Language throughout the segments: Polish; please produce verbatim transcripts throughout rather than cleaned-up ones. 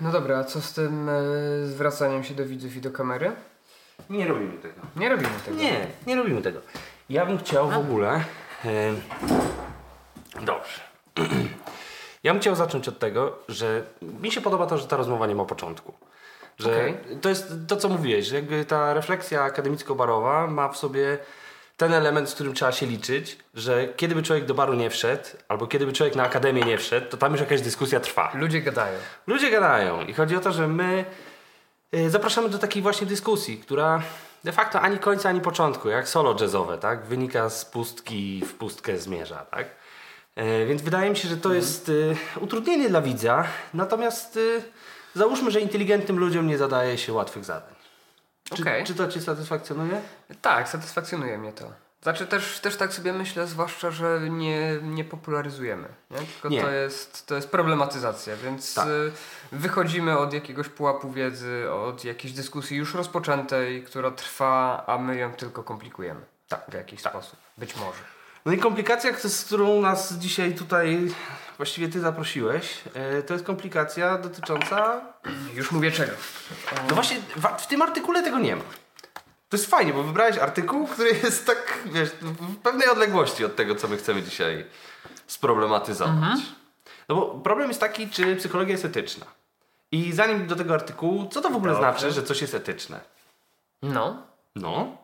No dobra, a co z tym e, zwracaniem się do widzów i do kamery? Nie robimy tego. Nie robimy tego. Nie, nie robimy tego. Ja bym chciał w ogóle... E, dobrze. Ja bym chciał zacząć od tego, że mi się podoba to, że ta rozmowa nie ma początku. Że Okay. to jest to, co mówiłeś, że jakby ta refleksja akademicko-barowa ma w sobie ten element, z którym trzeba się liczyć, że kiedy by człowiek do baru nie wszedł, albo kiedy by człowiek na akademię nie wszedł, to tam już jakaś dyskusja trwa. Ludzie gadają. Ludzie gadają i chodzi o to, że my y, zapraszamy do takiej właśnie dyskusji, która de facto ani końca, ani początku, jak solo jazzowe, tak? Wynika z pustki w pustkę zmierza, tak? Y, więc wydaje mi się, że to mhm. jest y, utrudnienie dla widza, natomiast y, załóżmy, że inteligentnym ludziom nie zadaje się łatwych zadań. Czy, okay. czy to Cię satysfakcjonuje? Tak, satysfakcjonuje mnie to. Znaczy też, też tak sobie myślę, zwłaszcza, że nie, nie popularyzujemy. Nie? Tylko nie. To, jest, to jest problematyzacja, więc tak. wychodzimy od jakiegoś pułapu wiedzy, od jakiejś dyskusji już rozpoczętej, która trwa, a my ją tylko komplikujemy. Tak. W jakiś tak. sposób. Być może. No i komplikacja, z którą nas dzisiaj tutaj właściwie Ty zaprosiłeś, to jest komplikacja dotycząca... Już mówię czego. No właśnie w tym artykule tego nie ma. To jest fajnie, bo wybrałeś artykuł, który jest tak, wiesz, w pewnej odległości od tego, co my chcemy dzisiaj sproblematyzować. Mhm. No bo problem jest taki, czy psychologia jest etyczna. I zanim do tego artykułu, co to w ogóle Dobrze. znaczy, że coś jest etyczne? No. No.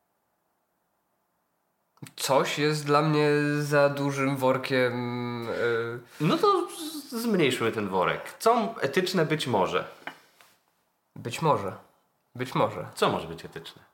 Coś jest dla mnie za dużym workiem. Yy... No to zmniejszmy ten worek. Co etyczne być może? Być może. Być może. Co może być etyczne?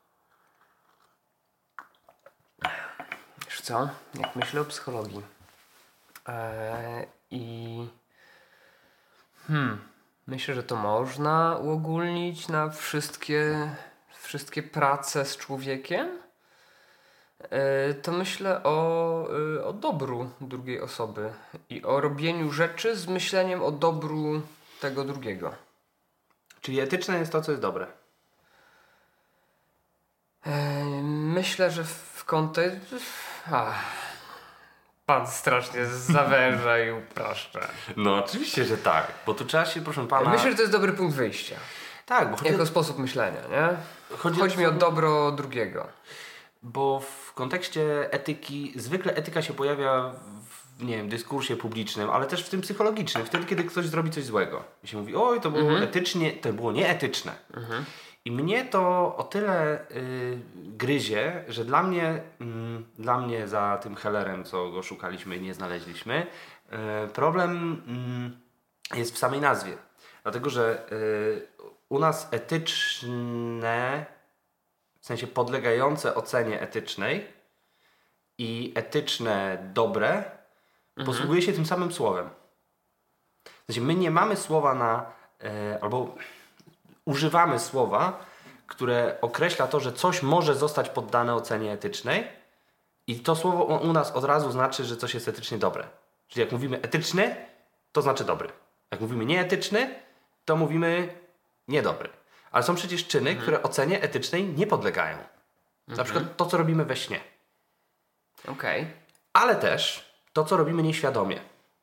Wiesz co? Jak myślę o psychologii eee, i hmm, myślę, że to można uogólnić na wszystkie, wszystkie prace z człowiekiem. Eee, to myślę o, y, o dobru drugiej osoby i o robieniu rzeczy z myśleniem o dobru tego drugiego. Czyli etyczne jest to, co jest dobre. Eee, myślę, że w kontekście... Pan strasznie zawęża i upraszcza. No oczywiście, że tak, bo tu trzeba się, proszę pana... Myślę, że to jest dobry punkt wyjścia. Tak, bo chodzi... Jako sposób myślenia, nie? Chodzi, chodzi mi o dobro drugiego. Bo w kontekście etyki, zwykle etyka się pojawia w, nie wiem, dyskursie publicznym, ale też w tym psychologicznym. Wtedy, kiedy ktoś zrobi coś złego. I się mówi, oj, to było mhm. etycznie, to było nieetyczne. Mhm. I mnie to o tyle y, gryzie, że dla mnie, y, dla mnie za tym Hellerem, co go szukaliśmy i nie znaleźliśmy, y, problem y, jest w samej nazwie. Dlatego, że y, u nas etyczne, w sensie podlegające ocenie etycznej i etyczne dobre mhm. posługuje się tym samym słowem. W sensie my nie mamy słowa na, y, albo... używamy słowa, które określa to, że coś może zostać poddane ocenie etycznej i to słowo u nas od razu znaczy, że coś jest etycznie dobre. Czyli jak mówimy etyczny, to znaczy dobry. Jak mówimy nieetyczny, to mówimy niedobry. Ale są przecież czyny, mhm. które ocenie etycznej nie podlegają. Mhm. Na przykład to, co robimy we śnie. Okej. Okay. Ale też to, co robimy nieświadomie.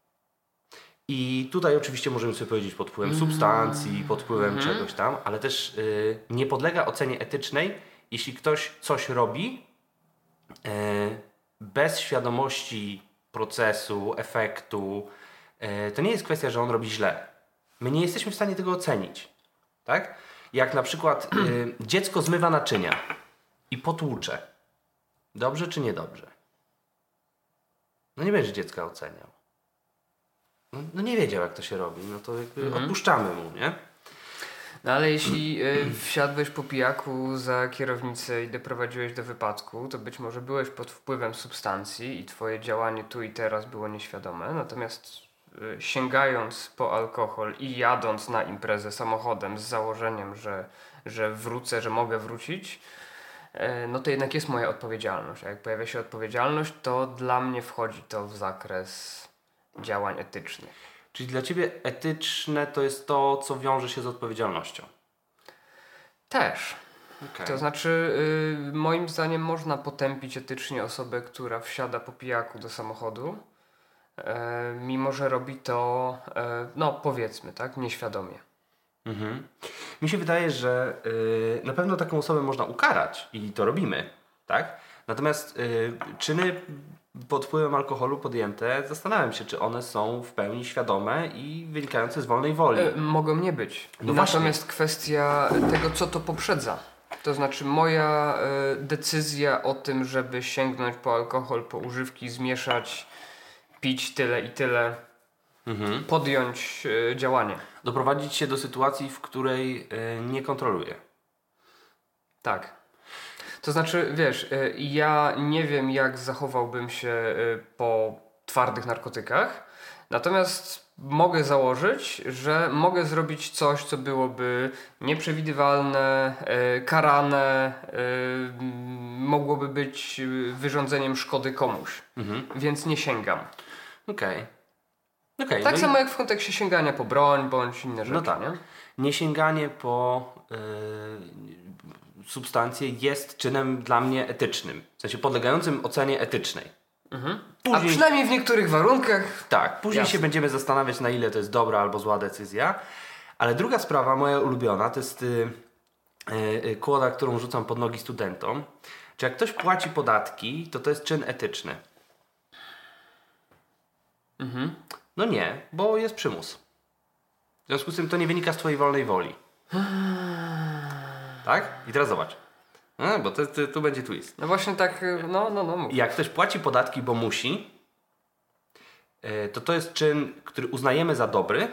I tutaj oczywiście możemy sobie powiedzieć pod wpływem mm. substancji, pod wpływem mm. czegoś tam, ale też y, nie podlega ocenie etycznej, jeśli ktoś coś robi y, bez świadomości procesu, efektu. Y, to nie jest kwestia, że on robi źle. My nie jesteśmy w stanie tego ocenić. Tak? Jak na przykład y, dziecko zmywa naczynia i potłucze. Dobrze czy niedobrze? No nie będzie dziecka oceniał. No nie wiedział, jak to się robi, no to jakby mhm. odpuszczamy mu, nie? No ale jeśli y, wsiadłeś po pijaku za kierownicę i doprowadziłeś do wypadku, to być może byłeś pod wpływem substancji i twoje działanie tu i teraz było nieświadome, natomiast y, sięgając po alkohol i jadąc na imprezę samochodem z założeniem, że, że wrócę, że mogę wrócić, y, no to jednak jest moja odpowiedzialność. A jak pojawia się odpowiedzialność, to dla mnie wchodzi to w zakres działań etycznych. Czyli dla Ciebie etyczne to jest to, co wiąże się z odpowiedzialnością? Też. Okay. To znaczy, yy, moim zdaniem można potępić etycznie osobę, która wsiada po pijaku do samochodu, yy, mimo że robi to, yy, no powiedzmy, tak, nieświadomie. Mhm. Mi się wydaje, że yy, na pewno taką osobę można ukarać i to robimy, tak? Natomiast yy, czyny pod wpływem alkoholu podjęte, zastanawiam się, czy one są w pełni świadome i wynikające z wolnej woli. E, mogą nie być. No Natomiast właśnie. kwestia tego, co to poprzedza. To znaczy moja e, decyzja o tym, żeby sięgnąć po alkohol, po używki, zmieszać, pić tyle i tyle, Mhm. podjąć e, działanie. Doprowadzić się do sytuacji, w której yy, nie kontroluję. Tak. To znaczy, wiesz, e, ja nie wiem, jak zachowałbym się e, po twardych narkotykach, natomiast mogę założyć, że mogę zrobić coś, co byłoby nieprzewidywalne, e, karane, e, m, mogłoby być e, wyrządzeniem szkody komuś, Mhm. więc nie sięgam. Okej. Okay. Tak no samo i jak w kontekście sięgania po broń bądź inne rzeczy, No tak. nie? niesięganie po yy, substancje jest czynem dla mnie etycznym. W sensie podlegającym ocenie etycznej. Mhm. Później, A przynajmniej w niektórych warunkach. tak, później Jasne. się będziemy zastanawiać, na ile to jest dobra albo zła decyzja. Ale druga sprawa, moja ulubiona, to jest yy, yy, kłoda, którą rzucam pod nogi studentom. Czy jak ktoś płaci podatki, to to jest czyn etyczny? Mhm. No nie, bo jest przymus. W związku z tym to nie wynika z twojej wolnej woli. Tak? I teraz zobacz. A, bo to, to, tu będzie twist. No właśnie tak, no, no, no. Mów. Jak ktoś płaci podatki, bo musi, yy, to to jest czyn, który uznajemy za dobry,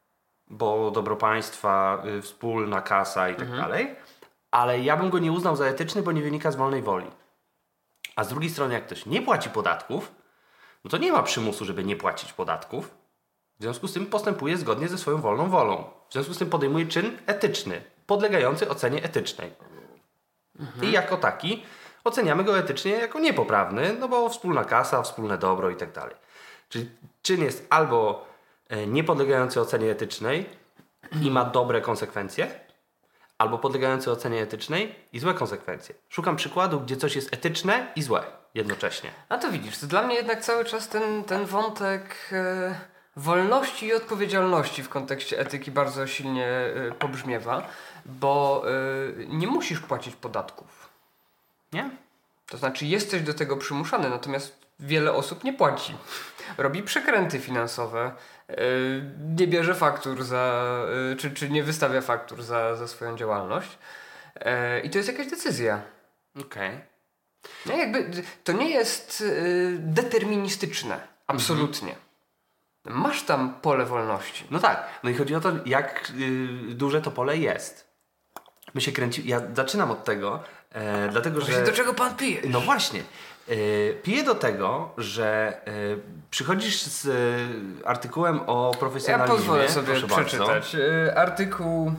bo dobro państwa, yy, wspólna kasa i tak Mhm. dalej, ale ja bym go nie uznał za etyczny, bo nie wynika z wolnej woli. A z drugiej strony, jak ktoś nie płaci podatków, no to nie ma przymusu, żeby nie płacić podatków. W związku z tym postępuje zgodnie ze swoją wolną wolą. W związku z tym podejmuje czyn etyczny, podlegający ocenie etycznej. Mhm. I jako taki oceniamy go etycznie jako niepoprawny, no bo wspólna kasa, wspólne dobro i tak dalej. Czyli czyn jest albo e, niepodlegający ocenie etycznej i ma dobre konsekwencje, albo podlegający ocenie etycznej i złe konsekwencje. Szukam przykładu, gdzie coś jest etyczne i złe jednocześnie. A to widzisz, to dla mnie jednak cały czas ten, ten wątek e, wolności i odpowiedzialności w kontekście etyki bardzo silnie e, pobrzmiewa, bo e, nie musisz płacić podatków. Nie? To znaczy jesteś do tego przymuszany, natomiast wiele osób nie płaci. Robi przekręty finansowe, e, nie bierze faktur za, e, czy, czy nie wystawia faktur za, za swoją działalność. E, I to jest jakaś decyzja. Okej. Okay. No jakby to nie jest y, deterministyczne. Absolutnie. Mhm. Masz tam pole wolności. No tak. No i chodzi o to, jak y, duże to pole jest. My się kręci... Ja zaczynam od tego, e, dlatego Właśnie że... do czego pan pije? No właśnie. E, piję do tego, że e, przychodzisz z e, artykułem o Ja profesjonalizmie. pozwolę sobie Proszę przeczytać. Y, artykuł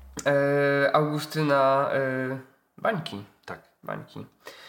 y, Augustyna y, Bańki. Tak. Bańki.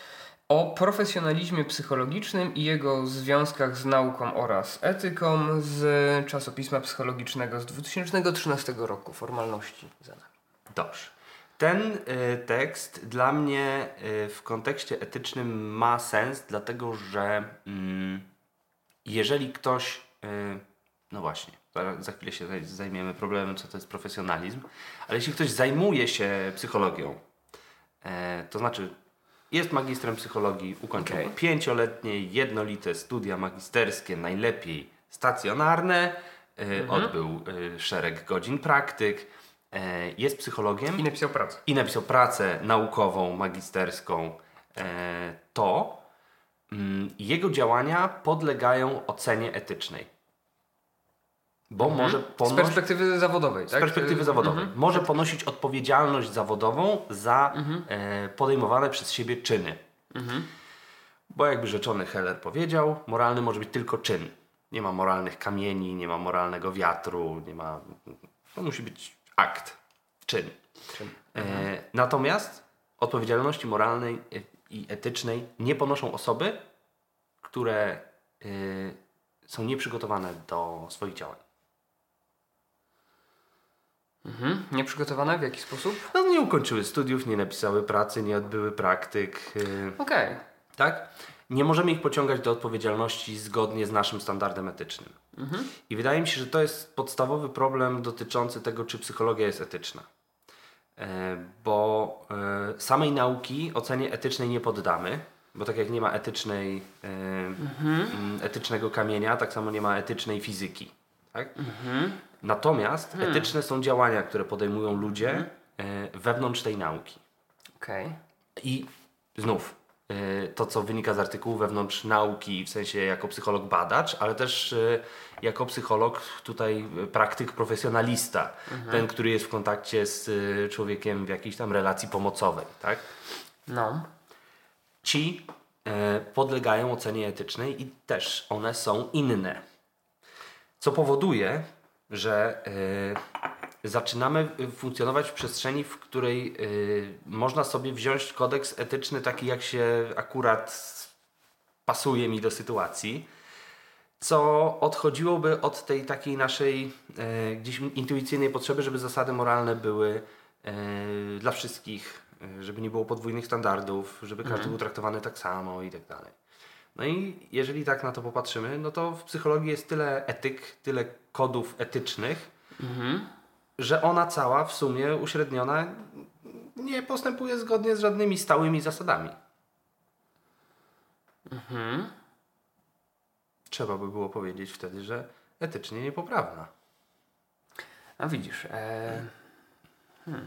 O profesjonalizmie psychologicznym i jego związkach z nauką oraz etyką z czasopisma psychologicznego z dwa tysiące trzynastego roku. Formalności za nami. Dobrze. Ten y, tekst dla mnie y, w kontekście etycznym ma sens, dlatego że mm, jeżeli ktoś, y, no właśnie, za, za chwilę się zajmiemy problemem, co to jest profesjonalizm, ale jeśli ktoś zajmuje się psychologią, y, to znaczy jest magistrem psychologii, ukończył Okay. pięcioletnie, jednolite studia magisterskie, najlepiej stacjonarne, y, Mhm. odbył y, szereg godzin praktyk, jest psychologiem I napisał pracę. i napisał pracę naukową, magisterską, to jego działania podlegają ocenie etycznej. Bo Mhm. może ponosić... Z perspektywy zawodowej, tak? Z perspektywy zawodowej. Mhm. Może ponosić odpowiedzialność zawodową za Mhm. podejmowane przez siebie czyny. Mhm. Bo jakby rzeczony Heller powiedział, moralny może być tylko czyn. Nie ma moralnych kamieni, nie ma moralnego wiatru, nie ma... To musi być akt, czyn. Czyn. E, natomiast odpowiedzialności moralnej i etycznej nie ponoszą osoby, które e, są nieprzygotowane do swoich działań. Mhm. Nieprzygotowane w jaki sposób? No, nie ukończyły studiów, nie napisały pracy, nie odbyły praktyk. E, Okej. Okay. tak? nie możemy ich pociągać do odpowiedzialności zgodnie z naszym standardem etycznym. Mhm. I wydaje mi się, że to jest podstawowy problem dotyczący tego, czy psychologia jest etyczna. E, bo e, samej nauki ocenie etycznej nie poddamy, bo tak jak nie ma etycznej, e, Mhm. etycznego kamienia, tak samo nie ma etycznej fizyki. Tak? Mhm. Natomiast Hmm. etyczne są działania, które podejmują ludzie e, wewnątrz tej nauki. Okej. I znów e, to, co wynika z artykułu wewnątrz nauki, w sensie jako psycholog badacz, ale też e, jako psycholog tutaj e, praktyk profesjonalista, Mhm. ten, który jest w kontakcie z e, człowiekiem w jakiejś tam relacji pomocowej, tak? No. Ci e, podlegają ocenie etycznej i też one są inne. Co powoduje, że e, zaczynamy funkcjonować w przestrzeni, w której e, można sobie wziąć kodeks etyczny taki, jak się akurat pasuje mi do sytuacji, co odchodziłoby od tej takiej naszej e, gdzieś intuicyjnej potrzeby, żeby zasady moralne były e, dla wszystkich, e, żeby nie było podwójnych standardów, żeby każdy Mhm. był traktowany tak samo i tak dalej. No i jeżeli tak na to popatrzymy, no to w psychologii jest tyle etyk, tyle kodów etycznych, Mhm. że ona cała w sumie uśredniona nie postępuje zgodnie z żadnymi stałymi zasadami. Mhm. Trzeba by było powiedzieć wtedy, że etycznie niepoprawna. A widzisz, e... hmm.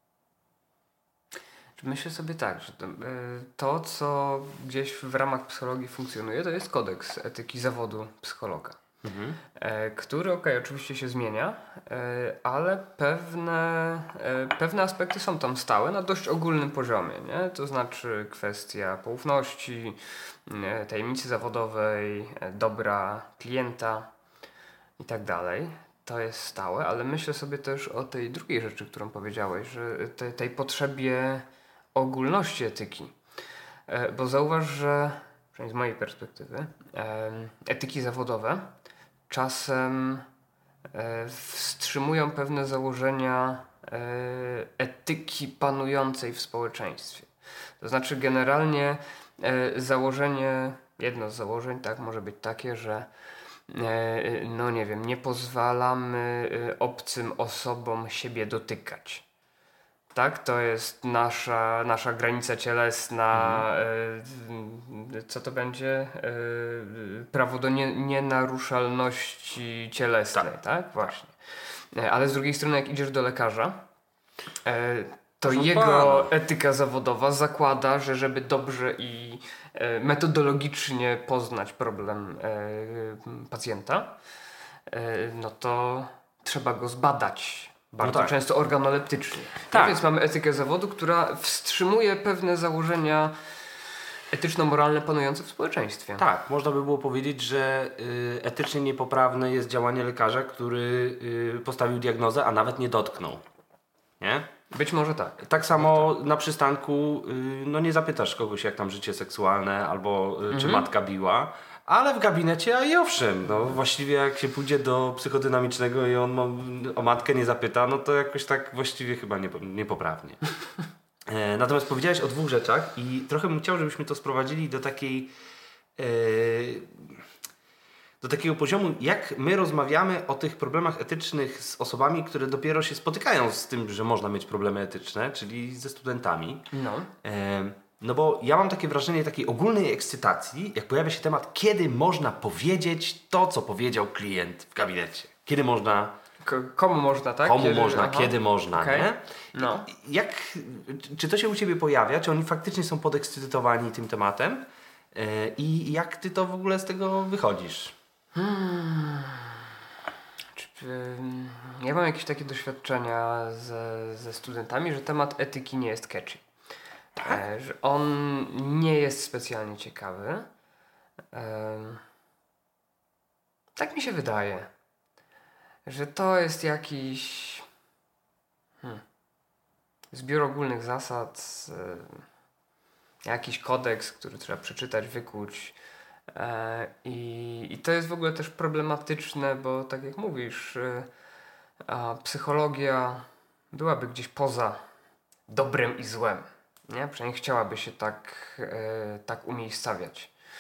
Myślę sobie tak, że to, e, to, co gdzieś w ramach psychologii funkcjonuje, to jest kodeks etyki zawodu psychologa. Mhm. E, który, okej, oczywiście się zmienia, e, ale pewne, e, pewne aspekty są tam stałe na dość ogólnym poziomie, nie? To znaczy kwestia poufności, e, tajemnicy zawodowej, e, dobra klienta i tak dalej. To jest stałe, ale myślę sobie też o tej drugiej rzeczy, którą powiedziałeś, że te, tej potrzebie ogólności etyki. E, bo zauważ, że przynajmniej z mojej perspektywy, e, etyki zawodowe czasem e, wstrzymują pewne założenia e, etyki panującej w społeczeństwie. To znaczy generalnie e, założenie, jedno z założeń tak może być takie, że e, no nie wiem, nie pozwalamy e, obcym osobom siebie dotykać. Tak, to jest nasza, nasza granica cielesna. Mhm. Y, co to będzie? Y, prawo do nie, nienaruszalności cielesnej, tak? tak? Właśnie. E, Ale z drugiej strony, jak idziesz do lekarza, e, to Proszę jego pana. etyka zawodowa zakłada, że żeby dobrze i e, metodologicznie poznać problem e, pacjenta, e, no to trzeba go zbadać. Bardzo tak. często organoleptycznie. Tak. No więc mamy etykę zawodu, która wstrzymuje pewne założenia etyczno-moralne panujące w społeczeństwie. Tak, można by było powiedzieć, że y, etycznie niepoprawne jest działanie lekarza, który y, postawił diagnozę, a nawet nie dotknął. Nie? Być może tak. Tak samo na przystanku y, no nie zapytasz kogoś, jak tam życie seksualne, albo y, czy Mhm. matka biła, ale w gabinecie, a i owszem, no właściwie jak się pójdzie do psychodynamicznego i on o matkę nie zapyta, no to jakoś tak właściwie chyba nie, niepoprawnie. E, natomiast powiedziałeś o dwóch rzeczach i trochę bym chciał, żebyśmy to sprowadzili do takiej e, do takiego poziomu, jak my rozmawiamy o tych problemach etycznych z osobami, które dopiero się spotykają z tym, że można mieć problemy etyczne, czyli ze studentami. No. E, no bo ja mam takie wrażenie takiej ogólnej ekscytacji, jak pojawia się temat, kiedy można powiedzieć to, co powiedział klient w gabinecie. Kiedy można... K- komu można, tak? Komu Kiedy, można, aha. kiedy można, Okej. nie? No. Jak, czy to się u Ciebie pojawia? Czy oni faktycznie są podekscytowani tym tematem? Yy, I jak Ty to w ogóle z tego wychodzisz? Hmm. Czy, ym, ja mam jakieś takie doświadczenia ze, ze studentami, że temat etyki nie jest catchy. Tak? E, że on nie jest specjalnie ciekawy. Em, tak mi się wydaje. Że to jest jakiś hmm, zbiór ogólnych zasad, y, jakiś kodeks, który trzeba przeczytać, wykuć. E, i, I to jest w ogóle też problematyczne, bo tak jak mówisz, y, a psychologia byłaby gdzieś poza dobrem i złem. Nie? Przynajmniej chciałaby się tak, e, tak umiejscawiać.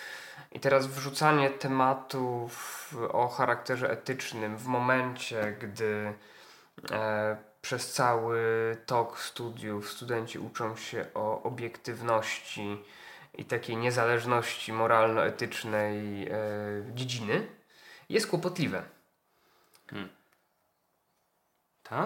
I teraz wrzucanie tematów o charakterze etycznym w momencie, gdy e, przez cały tok studiów studenci uczą się o obiektywności i takiej niezależności moralno-etycznej e, dziedziny, jest kłopotliwe. Hmm. Tak?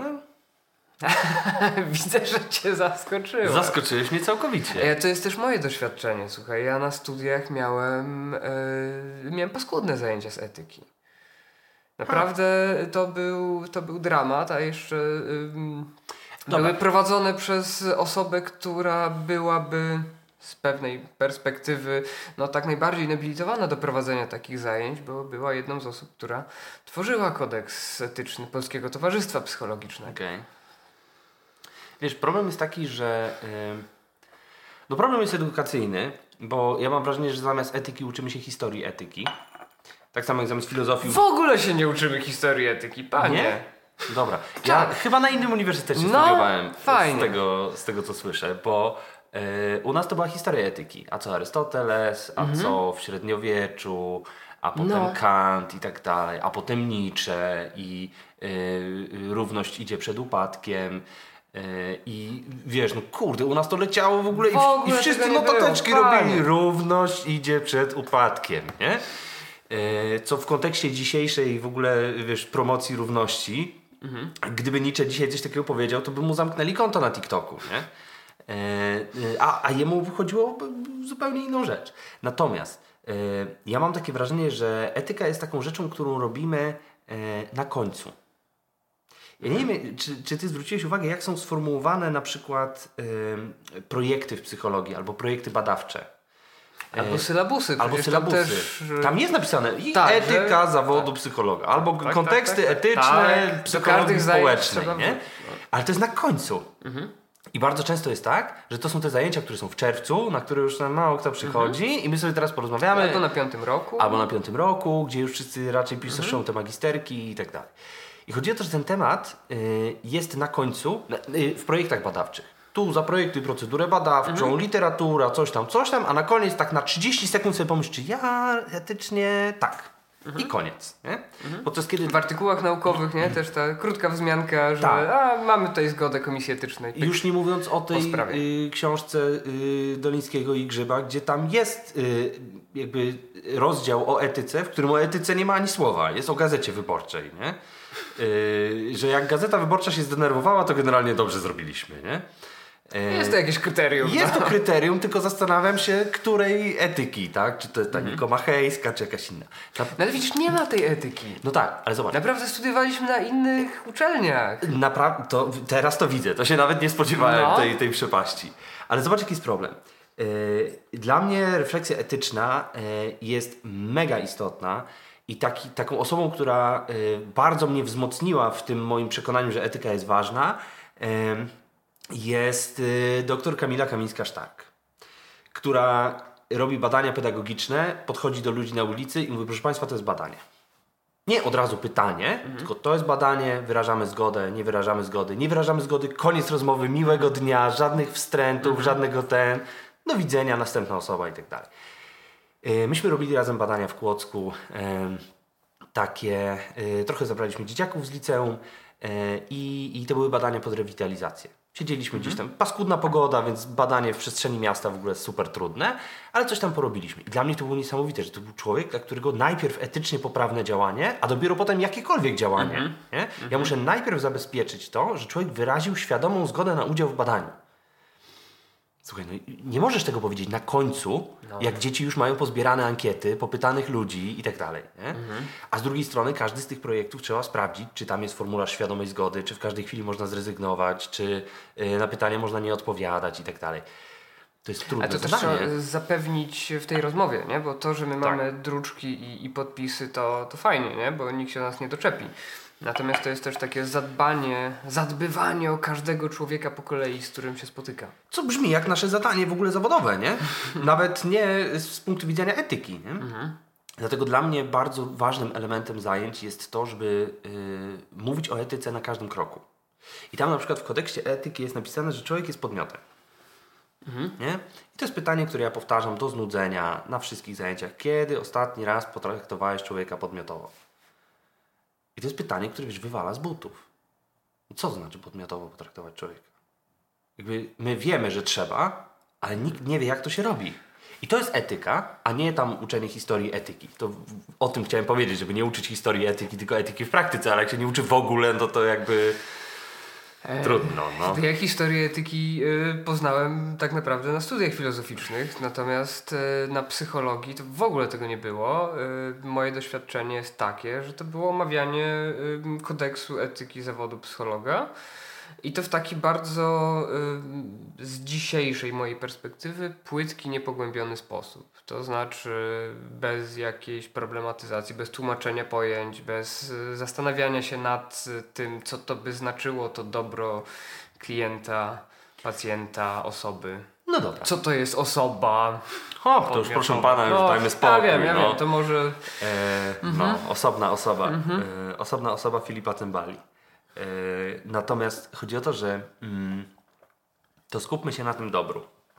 Widzę, że cię zaskoczyło. Zaskoczyłeś mnie całkowicie. E, to jest też moje doświadczenie, słuchaj. Ja na studiach miałem, e, miałem paskudne zajęcia z etyki. Naprawdę to był, to był dramat, a jeszcze ym, były prowadzone przez osobę, która byłaby z pewnej perspektywy no tak najbardziej nobilitowana do prowadzenia takich zajęć, bo była jedną z osób, która tworzyła kodeks etyczny Polskiego Towarzystwa Psychologicznego. Okej. Okay. Wiesz, problem jest taki, że yy, no problem jest edukacyjny, bo ja mam wrażenie, że zamiast etyki uczymy się historii etyki. Tak samo jak zamiast filozofii... W ogóle się nie uczymy historii etyki, panie. Nie? Dobra. Ja tak. chyba na innym uniwersytecie no, studiowałem fajnie. Z, tego, z tego, co słyszę, bo yy, u nas to była historia etyki. A co Arystoteles, a mhm. co w średniowieczu, a potem no. Kant i tak dalej, a potem Nietzsche i yy, równość idzie przed upadkiem. I wiesz, no kurde, u nas to leciało w ogóle, w i, i wszyscy notateczki robili. Równość idzie przed upadkiem, nie? Co w kontekście dzisiejszej w ogóle, wiesz, promocji równości, mhm. gdyby Nietzsche dzisiaj coś takiego powiedział, to by mu zamknęli konto na TikToku, nie? A, a jemu chodziło o zupełnie inną rzecz. Natomiast ja mam takie wrażenie, że etyka jest taką rzeczą, którą robimy na końcu. Ja nie wiem, czy, czy ty zwróciłeś uwagę, jak są sformułowane na przykład y, projekty w psychologii albo projekty badawcze. Albo sylabusy. Albo sylabusy. Tam, też... tam jest napisane i tak, etyka że... zawodu tak. psychologa. Albo tak, konteksty tak, tak, tak. etyczne tak, psychologii społecznej. Nie? Ale to jest na końcu. Mhm. I bardzo często jest tak, że to są te zajęcia, które są w czerwcu, na które już mało kto przychodzi mhm. i my sobie teraz porozmawiamy. Albo na piątym roku. Albo na piątym roku, gdzie już wszyscy raczej piszą mhm. te magisterki i tak dalej. I chodzi o to, że ten temat y, jest na końcu y, w projektach badawczych. Tu zaprojektuj procedurę badawczą, mhm. literatura, coś tam, coś tam, a na koniec tak na trzydzieści sekund sobie pomyśl, czy ja etycznie tak. Mhm. I koniec. Nie? Mhm. Podczas kiedy w artykułach naukowych nie, też ta krótka wzmianka, że tak. a, mamy tutaj zgodę Komisji Etycznej. Pyk. Już nie mówiąc o tej o y, książce y, Dolińskiego i Grzyba, gdzie tam jest y, jakby rozdział o etyce, w którym o etyce nie ma ani słowa. Jest o Gazecie Wyborczej, nie? Yy, że jak Gazeta Wyborcza się zdenerwowała, to generalnie dobrze zrobiliśmy, nie? Yy, jest to jakieś kryterium. Jest no. to kryterium, tylko zastanawiam się, której etyki, tak? Czy to jest ta mm. nikomachejska, czy jakaś inna. Ta... No ale widzisz, nie ma tej etyki. No tak, ale zobacz. Naprawdę studiowaliśmy na innych uczelniach. Napra- to, teraz to widzę, to się nawet nie spodziewałem no. tej, tej przepaści. Ale zobacz, jaki jest problem. Yy, dla mnie refleksja etyczna yy, jest mega istotna. I taki, taką osobą, która y, bardzo mnie wzmocniła w tym moim przekonaniu, że etyka jest ważna, y, jest y, doktor Kamila Kamińska-Sztark, która robi badania pedagogiczne, podchodzi do ludzi na ulicy i mówi, proszę Państwa, to jest badanie. Nie od razu pytanie, mhm. tylko to jest badanie, wyrażamy zgodę, nie wyrażamy zgody, nie wyrażamy zgody, koniec rozmowy, miłego dnia, żadnych wstrętów, mhm. żadnego ten, do widzenia, następna osoba i tak dalej. Myśmy robili razem badania w Kłodzku, e, takie, e, trochę zabraliśmy dzieciaków z liceum e, i, i to były badania pod rewitalizację. Siedzieliśmy mhm. gdzieś tam, paskudna pogoda, więc badanie w przestrzeni miasta w ogóle jest super trudne, ale coś tam porobiliśmy. I dla mnie to było niesamowite, że to był człowiek, dla którego najpierw etycznie poprawne działanie, a dopiero potem jakiekolwiek działanie. Mhm. Nie? Ja mhm. muszę najpierw zabezpieczyć to, że człowiek wyraził świadomą zgodę na udział w badaniu. Słuchaj, no nie możesz tego powiedzieć na końcu, no. jak dzieci już mają pozbierane ankiety, popytanych ludzi i tak dalej. Nie? Mhm. A z drugiej strony każdy z tych projektów trzeba sprawdzić, czy tam jest formularz świadomej zgody, czy w każdej chwili można zrezygnować, czy y, na pytanie można nie odpowiadać i tak dalej. To jest trudne A to zadanie. też trzeba zapewnić w tej rozmowie, nie? Bo to, że my tak. mamy druczki i, i podpisy, to, to fajnie, nie? Bo nikt się nas nie doczepi. Natomiast to jest też takie zadbanie, zadbywanie o każdego człowieka po kolei, z którym się spotyka. Co brzmi jak nasze zadanie w ogóle zawodowe, nie? Nawet nie z punktu widzenia etyki, nie? Mhm. Dlatego dla mnie bardzo ważnym elementem zajęć jest to, żeby yy, mówić o etyce na każdym kroku. I tam na przykład w kodeksie etyki jest napisane, że człowiek jest podmiotem. Mhm. Nie? I to jest pytanie, które ja powtarzam do znudzenia na wszystkich zajęciach. Kiedy ostatni raz potraktowałeś człowieka podmiotowo? I to jest pytanie, które wiesz, wywala z butów. Co to znaczy podmiotowo potraktować człowieka? Jakby my wiemy, że trzeba, ale nikt nie wie, jak to się robi. I to jest etyka, a nie tam uczenie historii etyki. To o tym chciałem powiedzieć, żeby nie uczyć historii etyki, tylko etyki w praktyce, ale jak się nie uczy w ogóle, no to jakby e, trudno. No. Ja historię etyki y, poznałem tak naprawdę na studiach filozoficznych, natomiast y, na psychologii to w ogóle tego nie było. Y, moje doświadczenie jest takie, że to było omawianie y, kodeksu etyki zawodu psychologa. I to w taki bardzo y, z dzisiejszej mojej perspektywy płytki, niepogłębiony sposób. To znaczy bez jakiejś problematyzacji, bez tłumaczenia pojęć, bez y, zastanawiania się nad y, tym, co to by znaczyło to dobro klienta, pacjenta, osoby. No dobra. Co to jest osoba? O, to już proszę pana, już no, dajmy spokój. Ja wiem, ja no. wiem, to może... E, mhm. No, osobna osoba. Mhm. E, osobna osoba Filipa Cymbali. Yy, natomiast chodzi o to, że mm, to skupmy się na tym dobru.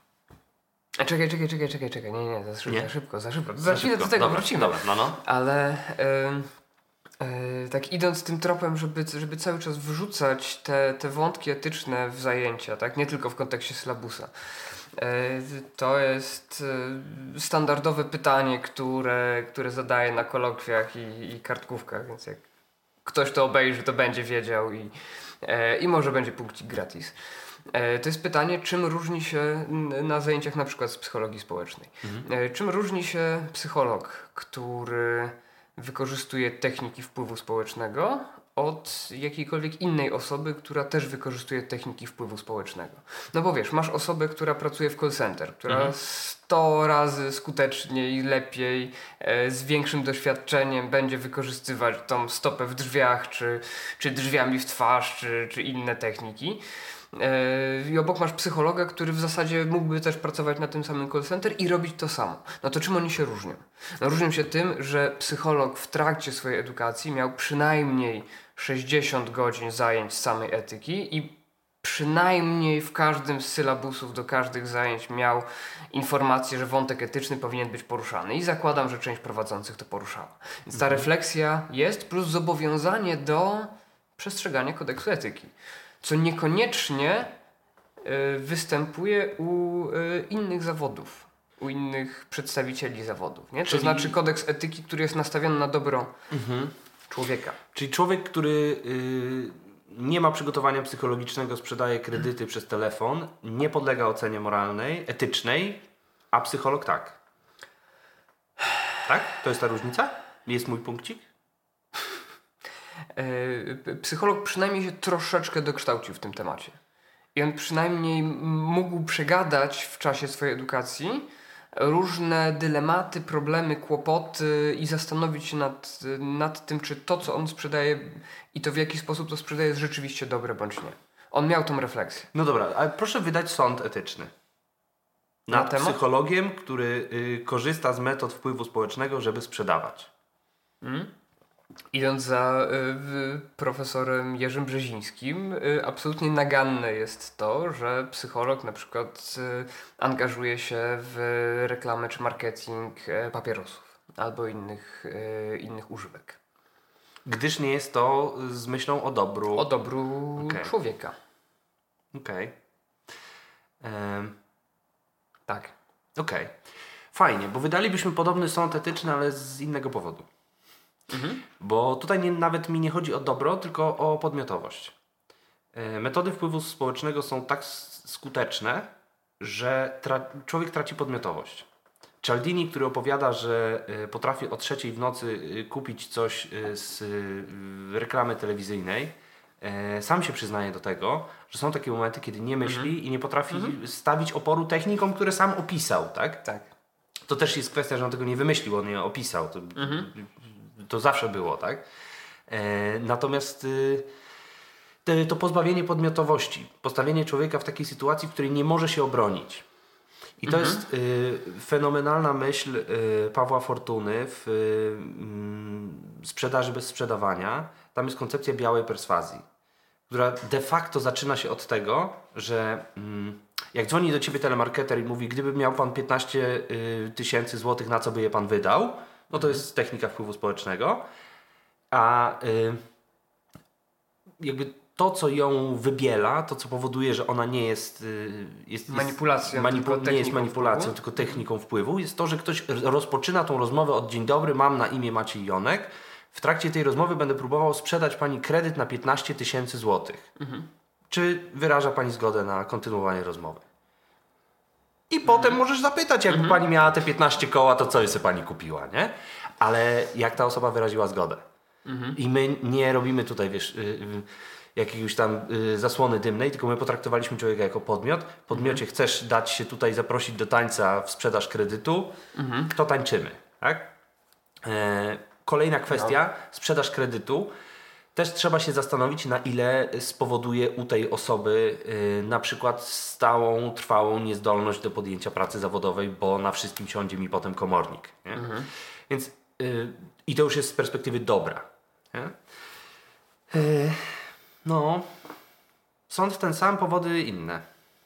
A czekaj, czekaj, czekaj, czekaj, czekaj, nie, nie, za szybko, nie? za szybko, za szybko. Za Za chwilę szybko. do tego Dobra, wrócimy. Dobra, no, no. Ale yy, yy, tak idąc tym tropem, żeby, żeby cały czas wrzucać te, te wątki etyczne w zajęcia, tak, nie tylko w kontekście sylabusa. Yy, to jest yy, standardowe pytanie, które, które zadaję na kolokwiach i, i kartkówkach, więc jak ktoś to obejrzy, to będzie wiedział i, e, i może będzie punkcik gratis. E, to jest pytanie, czym różni się na zajęciach na przykład z psychologii społecznej. Mhm. E, czym różni się psycholog, który wykorzystuje techniki wpływu społecznego od jakiejkolwiek innej osoby, która też wykorzystuje techniki wpływu społecznego. No bo wiesz, masz osobę, która pracuje w call center, która mhm. sto razy skuteczniej, lepiej, e, z większym doświadczeniem będzie wykorzystywać tą stopę w drzwiach, czy, czy drzwiami w twarz, czy, czy inne techniki. E, I obok masz psychologa, który w zasadzie mógłby też pracować na tym samym call center i robić to samo. No to czym oni się różnią? No różnią się tym, że psycholog w trakcie swojej edukacji miał przynajmniej sześćdziesiąt godzin zajęć samej etyki i przynajmniej w każdym z sylabusów do każdych zajęć miał informację, że wątek etyczny powinien być poruszany i zakładam, że część prowadzących to poruszała. Więc ta mhm. refleksja jest, plus zobowiązanie do przestrzegania kodeksu etyki, co niekoniecznie y, występuje u y, innych zawodów, u innych przedstawicieli zawodów. Nie? To Czyli... znaczy kodeks etyki, który jest nastawiony na dobro mhm. człowieka. Czyli człowiek, który y, nie ma przygotowania psychologicznego, sprzedaje kredyty hmm. przez telefon, nie podlega ocenie moralnej, etycznej, a psycholog tak. Tak? To jest ta różnica? Jest mój punkcik? Psycholog przynajmniej się troszeczkę dokształcił w tym temacie. I on przynajmniej mógł przegadać w czasie swojej edukacji różne dylematy, problemy, kłopoty i zastanowić się nad, nad tym, czy to, co on sprzedaje i to w jaki sposób to sprzedaje, jest rzeczywiście dobre bądź nie. On miał tą refleksję. No dobra, ale proszę wydać sąd etyczny nad Na temat? psychologiem, który y, korzysta z metod wpływu społecznego, żeby sprzedawać. Hmm? Idąc za y, profesorem Jerzym Brzezińskim, y, absolutnie naganne jest to, że psycholog na przykład y, angażuje się w reklamę czy marketing y, papierosów albo innych, y, innych używek. Gdyż nie jest to z myślą o dobru... O dobru okay. człowieka. Okej. Okay. Um. Tak. Okej. Okay. Fajnie, bo wydalibyśmy podobny sąd etyczny, ale z innego powodu. Mhm. Bo tutaj nie, nawet mi nie chodzi o dobro, tylko o podmiotowość. E, metody wpływu społecznego są tak skuteczne, że tra- człowiek traci podmiotowość. Cialdini, który opowiada, że y, potrafi o trzeciej w nocy y, kupić coś y, z y, reklamy telewizyjnej, y, sam się przyznaje do tego, że są takie momenty, kiedy nie myśli mhm. i nie potrafi mhm. stawić oporu technikom, które sam opisał, tak? Tak. To też jest kwestia, że on tego nie wymyślił, on je opisał. To, mhm. to zawsze było, tak? E, natomiast y, te, to pozbawienie podmiotowości, postawienie człowieka w takiej sytuacji, w której nie może się obronić. I to mhm. jest y, fenomenalna myśl y, Pawła Fortuny w y, sprzedaży bez sprzedawania. Tam jest koncepcja białej perswazji, która de facto zaczyna się od tego, że y, jak dzwoni do ciebie telemarketer i mówi, gdyby miał pan piętnaście tysięcy złotych, na co by je pan wydał, no to jest technika wpływu społecznego, a y, jakby to, co ją wybiela, to, co powoduje, że ona nie jest, y, jest manipulacją, jest, manipu- nie jest manipulacją, wpływu. tylko techniką wpływu, jest to, że ktoś rozpoczyna tą rozmowę od dzień dobry, mam na imię Maciej Jonek, w trakcie tej rozmowy będę próbował sprzedać pani kredyt na piętnaście tysięcy złotych. Mhm. Czy wyraża pani zgodę na kontynuowanie rozmowy? I mhm. potem możesz zapytać, jakby mhm. pani miała te piętnaście koła, to co by sobie pani kupiła, nie? Ale jak ta osoba wyraziła zgodę? Mhm. I my nie robimy tutaj, wiesz, y, y, jakiegoś tam y, zasłony dymnej, tylko my potraktowaliśmy człowieka jako podmiot. W podmiocie mhm. chcesz dać się tutaj zaprosić do tańca w sprzedaż kredytu, mhm. to tańczymy, tak? E, kolejna kwestia, no. sprzedaż kredytu. Też trzeba się zastanowić, na ile spowoduje u tej osoby yy, na przykład stałą, trwałą niezdolność do podjęcia pracy zawodowej, bo na wszystkim siądzie mi potem komornik. Nie? Mhm. Więc yy, i to już jest z perspektywy dobra. Nie? Yy, no, sąd ten sam, powody inne.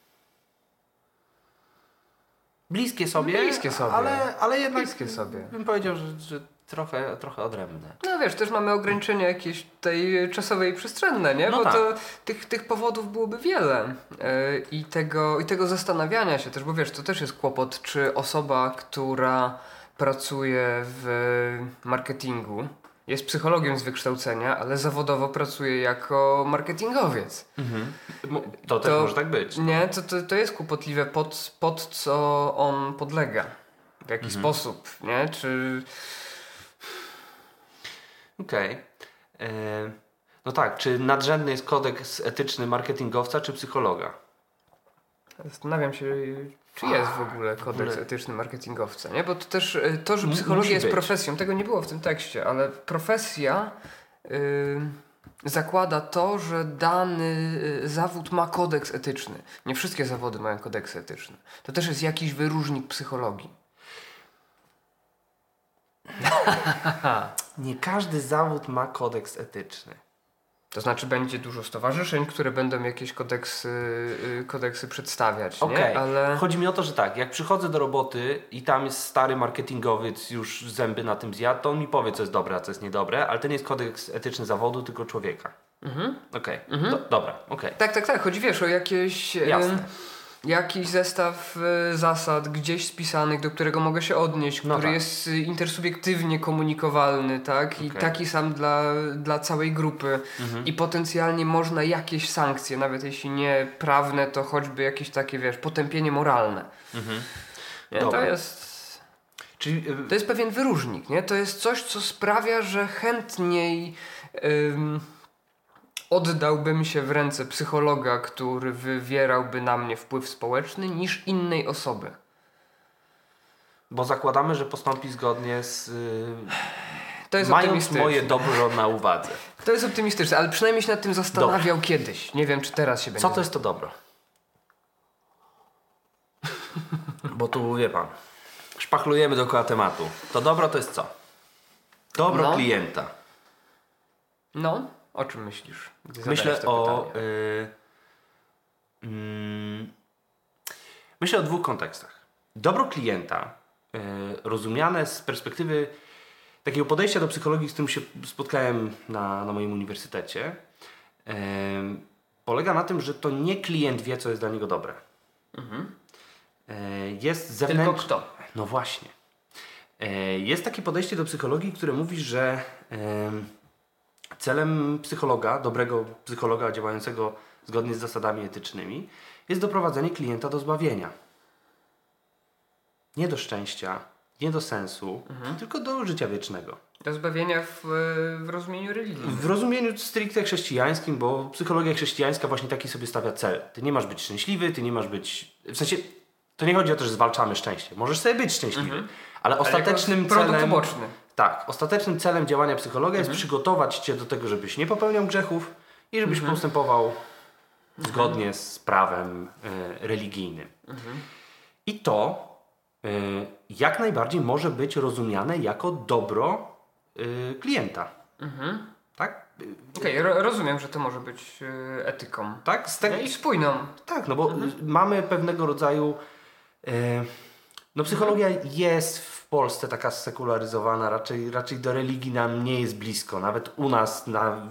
Bliskie sobie, Bliskie sobie. Ale, ale jednak Bliskie sobie. Bym powiedział, że, że trochę, trochę odrębne. No wiesz, też mamy ograniczenia jakieś tej czasowe i przestrzenne, nie? No bo tak. to tych, tych powodów byłoby wiele yy, i, tego, i tego zastanawiania się też, bo wiesz, to też jest kłopot, czy osoba, która pracuje w marketingu, jest psychologiem z wykształcenia, ale zawodowo pracuje jako marketingowiec. Mhm. To też to, może tak być. Nie, to, to, to jest kłopotliwe, pod, pod co on podlega. W jaki mhm. sposób, nie? Czy... Okej. Okay. No tak, czy nadrzędny jest kodeks etyczny marketingowca czy psychologa? Zastanawiam się, czy jest w ogóle kodeks w ogóle. etyczny marketingowca, nie? Bo to też to, że psychologia Musi jest być. profesją, tego nie było w tym tekście, ale profesja yy, zakłada to, że dany zawód ma kodeks etyczny. Nie wszystkie zawody mają kodeks etyczny. To też jest jakiś wyróżnik psychologii. Nie każdy zawód ma kodeks etyczny. To znaczy będzie dużo stowarzyszeń, które będą jakieś kodeksy, kodeksy przedstawiać, okay. nie? Ale... Chodzi mi o to, że tak, jak przychodzę do roboty i tam jest stary marketingowiec, już zęby na tym zjadł, to on mi powie, co jest dobre, a co jest niedobre, ale to nie jest kodeks etyczny zawodu, tylko człowieka. Mhm. Okej, okay. mhm. Do, dobra, okej. Okay. Tak, tak, tak. Chodzi, wiesz, o jakieś... Jasne. Jakiś zestaw y, zasad gdzieś spisanych, do którego mogę się odnieść, no który tak. jest y, intersubiektywnie komunikowalny, tak? Okay. I taki sam dla, dla całej grupy. Mhm. I potencjalnie można jakieś sankcje, nawet jeśli nie prawne, to choćby jakieś takie, wiesz, potępienie moralne. Mhm. Nie, to jest... Czyli, y- to jest pewien wyróżnik, nie? To jest coś, co sprawia, że chętniej... Ym, oddałbym się w ręce psychologa, który wywierałby na mnie wpływ społeczny, niż innej osoby. Bo zakładamy, że postąpi zgodnie z... Yy, to jest mając moje dobro na uwadze. To jest optymistyczne, ale przynajmniej się nad tym zastanawiał Dobrze. kiedyś. Nie wiem, czy teraz się będzie... Co to jest to dobro? Bo tu, wie pan, szpachlujemy dookoła tematu. To dobro to jest co? Dobro no. klienta. No. O czym myślisz? Myślę o... Yy, yy, myślę o dwóch kontekstach. Dobro klienta, yy, rozumiane z perspektywy takiego podejścia do psychologii, z którym się spotkałem na, na moim uniwersytecie, yy, polega na tym, że to nie klient wie, co jest dla niego dobre. Mhm. Yy, jest zewnętrzny... Tylko kto? No właśnie. Yy, jest takie podejście do psychologii, które mówi, że... Yy, celem psychologa, dobrego psychologa działającego zgodnie z zasadami etycznymi jest doprowadzenie klienta do zbawienia. Nie do szczęścia, nie do sensu, mhm. tylko do życia wiecznego. Do zbawienia w, w rozumieniu religii. W rozumieniu stricte chrześcijańskim, bo psychologia chrześcijańska właśnie taki sobie stawia cel. Ty nie masz być szczęśliwy, ty nie masz być... W sensie, to nie chodzi o to, że zwalczamy szczęście. Możesz sobie być szczęśliwy, mhm. ale ostatecznym ale celem... poboczny. Tak, ostatecznym celem działania psychologa mhm. jest przygotować Cię do tego, żebyś nie popełniał grzechów i żebyś mhm. postępował mhm. zgodnie z prawem y, religijnym. Mhm. I to y, jak najbardziej może być rozumiane jako dobro y, klienta. Mhm. Tak? Okej, okay, ro- rozumiem, że to może być yy, etyką. Tak? Z te... I spójną. Tak, no bo mhm. mamy pewnego rodzaju... Yy, no psychologia mhm. jest w Polsce taka sekularyzowana, raczej, raczej do religii nam nie jest blisko. Nawet u nas na...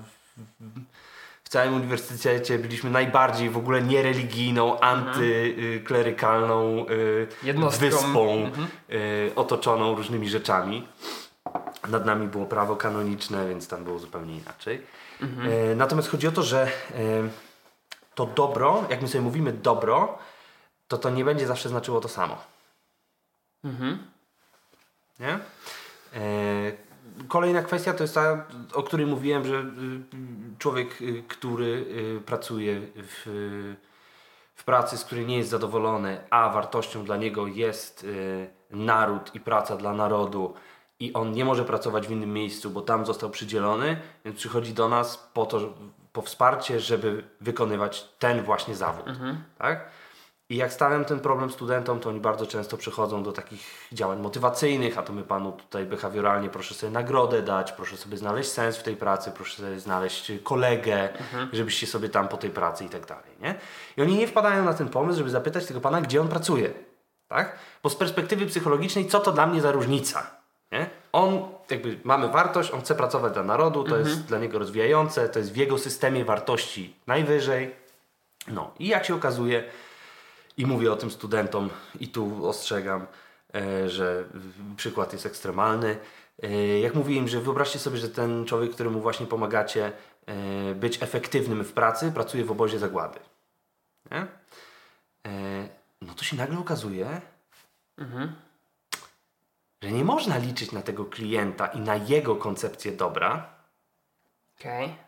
w całym uniwersytecie byliśmy najbardziej w ogóle niereligijną, antyklerykalną yy, wyspą mhm. yy, otoczoną różnymi rzeczami. Nad nami było prawo kanoniczne, więc tam było zupełnie inaczej. Mhm. Yy, natomiast chodzi o to, że yy, to dobro, jak my sobie mówimy dobro, to to nie będzie zawsze znaczyło to samo. Mhm. Nie? Yy, Kolejna kwestia to jest ta, o której mówiłem, że człowiek, który pracuje w, w pracy, z której nie jest zadowolony, a wartością dla niego jest naród i praca dla narodu i on nie może pracować w innym miejscu, bo tam został przydzielony, więc przychodzi do nas po to, po wsparcie, żeby wykonywać ten właśnie zawód. Mhm. Tak? I jak stawiam ten problem studentom, to oni bardzo często przychodzą do takich działań motywacyjnych, a to my panu tutaj behawioralnie proszę sobie nagrodę dać, proszę sobie znaleźć sens w tej pracy, proszę sobie znaleźć kolegę, mhm. żebyście sobie tam po tej pracy i tak dalej, nie? I oni nie wpadają na ten pomysł, żeby zapytać tego pana, gdzie on pracuje, tak? Bo z perspektywy psychologicznej, co to dla mnie za różnica, nie? On, jakby mamy wartość, on chce pracować dla narodu, to mhm. jest dla niego rozwijające, to jest w jego systemie wartości najwyżej. No i jak się okazuje, i mówię o tym studentom i tu ostrzegam, e, że przykład jest ekstremalny. E, jak mówię im, że wyobraźcie sobie, że ten człowiek, któremu właśnie pomagacie e, być efektywnym w pracy, pracuje w obozie zagłady. Nie? E, no to się nagle okazuje, mhm. że nie można liczyć na tego klienta i na jego koncepcję dobra. Okej. Okay.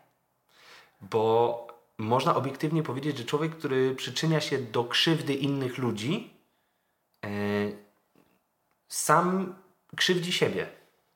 Bo można obiektywnie powiedzieć, że człowiek, który przyczynia się do krzywdy innych ludzi, yy, sam krzywdzi siebie.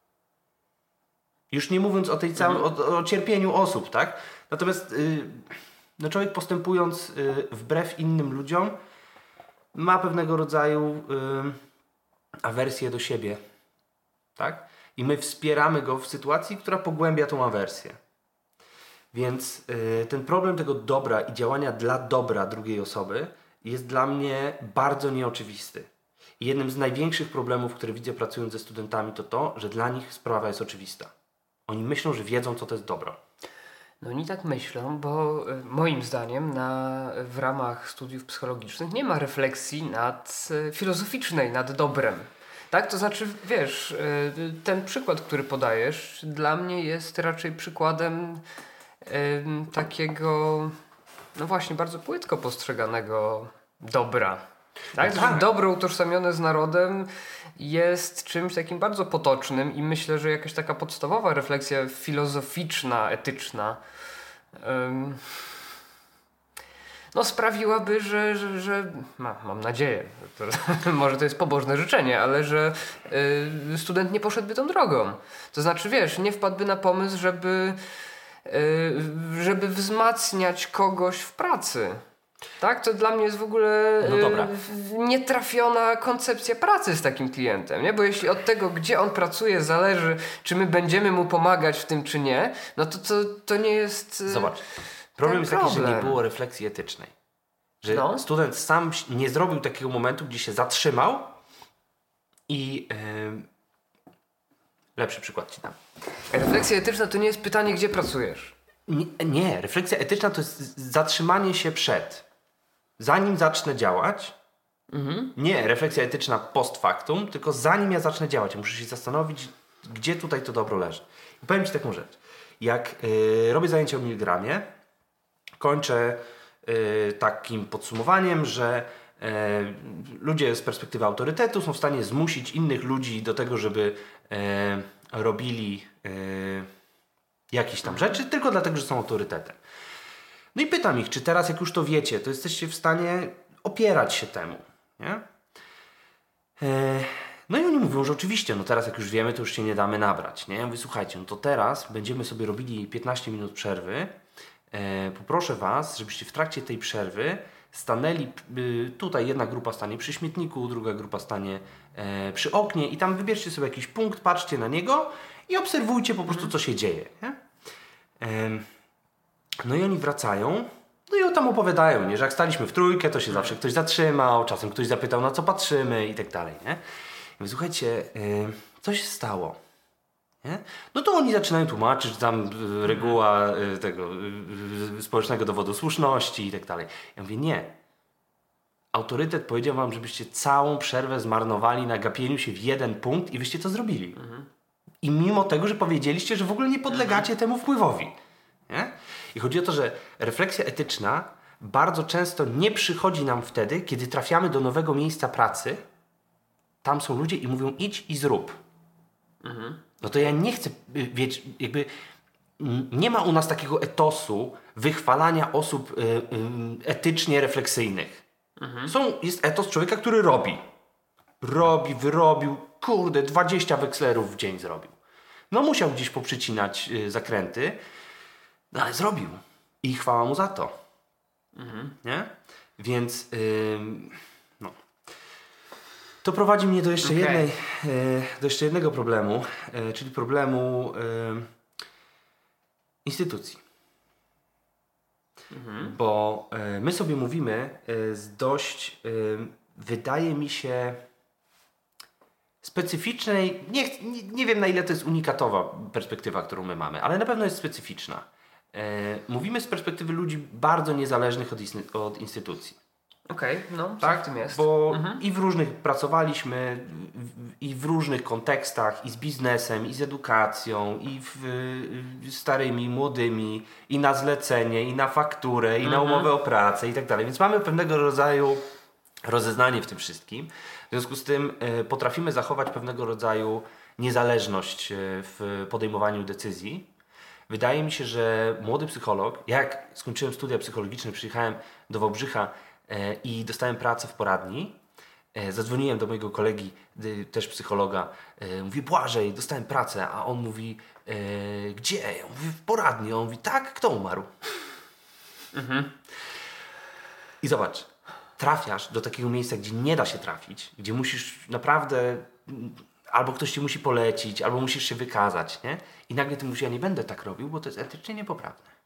Już nie mówiąc o tej całej, o, o cierpieniu osób, tak? Natomiast yy, no człowiek postępując yy, wbrew innym ludziom ma pewnego rodzaju yy, awersję do siebie, tak? I my wspieramy go w sytuacji, która pogłębia tą awersję. Więc y, ten problem tego dobra i działania dla dobra drugiej osoby jest dla mnie bardzo nieoczywisty. I jednym z największych problemów, które widzę pracując ze studentami, to to, że dla nich sprawa jest oczywista. Oni myślą, że wiedzą, co to jest dobro. No oni tak myślą, bo y, moim zdaniem na, w ramach studiów psychologicznych nie ma refleksji nad, y, filozoficznej nad dobrem. Tak, to znaczy, wiesz, y, ten przykład, który podajesz, dla mnie jest raczej przykładem takiego, no właśnie, bardzo płytko postrzeganego dobra. Tak? No tak. Dobro utożsamione z narodem jest czymś takim bardzo potocznym i myślę, że jakaś taka podstawowa refleksja filozoficzna, etyczna um, no sprawiłaby, że, że, że no, mam nadzieję, to, może to jest pobożne życzenie, ale że y, student nie poszedłby tą drogą. To znaczy, wiesz, nie wpadłby na pomysł, żeby żeby wzmacniać kogoś w pracy. Tak? To dla mnie jest w ogóle no dobra. nietrafiona koncepcja pracy z takim klientem. Nie? Bo jeśli od tego, gdzie on pracuje, zależy, czy my będziemy mu pomagać w tym, czy nie, no to to, to nie jest. Zobacz. Problem jest taki, że nie było refleksji etycznej. Że no. student sam nie zrobił takiego momentu, gdzie się zatrzymał i yy, lepszy przykład ci dam. Refleksja etyczna to nie jest pytanie, gdzie pracujesz. Nie, nie, refleksja etyczna to jest zatrzymanie się przed. Zanim zacznę działać, mhm. nie refleksja etyczna post factum, tylko zanim ja zacznę działać. Ja muszę się zastanowić, gdzie tutaj to dobro leży. I powiem ci taką rzecz. Jak yy, robię zajęcia o Milgramie, kończę yy, takim podsumowaniem, że yy, ludzie z perspektywy autorytetu są w stanie zmusić innych ludzi do tego, żeby yy, robili yy, jakieś tam rzeczy, tylko dlatego, że są autorytetem. No i pytam ich, czy teraz, jak już to wiecie, to jesteście w stanie opierać się temu, nie? Yy, no i oni mówią, że oczywiście, no teraz jak już wiemy, to już się nie damy nabrać, nie? Ja mówię, słuchajcie, no to teraz będziemy sobie robili piętnaście minut przerwy. Yy, poproszę was, żebyście w trakcie tej przerwy stanęli, yy, tutaj jedna grupa stanie przy śmietniku, druga grupa stanie yy, przy oknie i tam wybierzcie sobie jakiś punkt, patrzcie na niego i obserwujcie po prostu, co się dzieje, nie? Ym, no i oni wracają, no i tam opowiadają, nie? Że jak staliśmy w trójkę, to się zawsze ktoś zatrzymał, czasem ktoś zapytał, na co patrzymy i tak dalej, nie? Ja mówię, słuchajcie, yy, co się stało? Nie? No to oni zaczynają tłumaczyć, że tam y, reguła y, tego y, y, społecznego dowodu słuszności i tak dalej. Ja mówię, nie. Autorytet powiedział wam, żebyście całą przerwę zmarnowali na gapieniu się w jeden punkt i wyście to zrobili. Mhm. I mimo tego, że powiedzieliście, że w ogóle nie podlegacie mhm. temu wpływowi. Nie? I chodzi o to, że refleksja etyczna bardzo często nie przychodzi nam wtedy, kiedy trafiamy do nowego miejsca pracy. Tam są ludzie i mówią idź i zrób. Mhm. No to ja nie chcę, wiecie, jakby nie ma u nas takiego etosu wychwalania osób y, y, etycznie refleksyjnych. Mhm. Są, jest etos człowieka, który robi. Robi, wyrobił, kurde, dwadzieścia wekslerów w dzień zrobił. No musiał gdzieś poprzycinać y, zakręty, no ale zrobił. I chwała mu za to. Mhm. Nie? Więc y, no. To prowadzi mnie do jeszcze, okay. jednej, do jeszcze jednego problemu, czyli problemu instytucji. Mhm. Bo my sobie mówimy z dość, wydaje mi się, specyficznej, nie, nie, nie wiem na ile to jest unikatowa perspektywa, którą my mamy, ale na pewno jest specyficzna. Mówimy z perspektywy ludzi bardzo niezależnych od, od instytucji. Okej, okay, no, tak, w tym jest. Bo mhm. i w różnych pracowaliśmy, i w różnych kontekstach, i z biznesem, i z edukacją, i w, y, starymi, młodymi, i na zlecenie, i na fakturę, i mhm. na umowę o pracę, i tak dalej. Więc mamy pewnego rodzaju rozeznanie w tym wszystkim. W związku z tym y, potrafimy zachować pewnego rodzaju niezależność y, w podejmowaniu decyzji. Wydaje mi się, że młody psycholog, jak skończyłem studia psychologiczne, przyjechałem do Wałbrzycha i dostałem pracę w poradni. Zadzwoniłem do mojego kolegi, też psychologa. Mówię, Błażej, dostałem pracę, a on mówi, e, gdzie? Ja mówię, w poradni. On mówi, tak, kto umarł? Mhm. I zobacz, trafiasz do takiego miejsca, gdzie nie da się trafić, gdzie musisz naprawdę, albo ktoś ci musi polecić, albo musisz się wykazać, nie? I nagle ty mówisz, ja nie będę tak robił, bo to jest etycznie niepoprawne.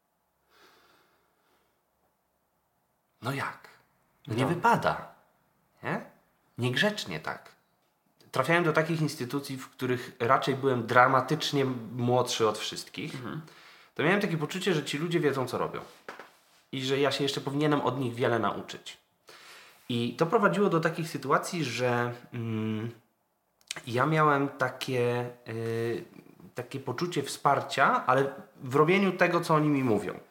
No jak? No nie no. wypada. Nie? Niegrzecznie tak. Trafiałem do takich instytucji, w których raczej byłem dramatycznie młodszy od wszystkich. Mhm. To miałem takie poczucie, że ci ludzie wiedzą, co robią. I że ja się jeszcze powinienem od nich wiele nauczyć. I to prowadziło do takich sytuacji, że mm, ja miałem takie, yy, takie poczucie wsparcia, ale w robieniu tego, co oni mi mówią.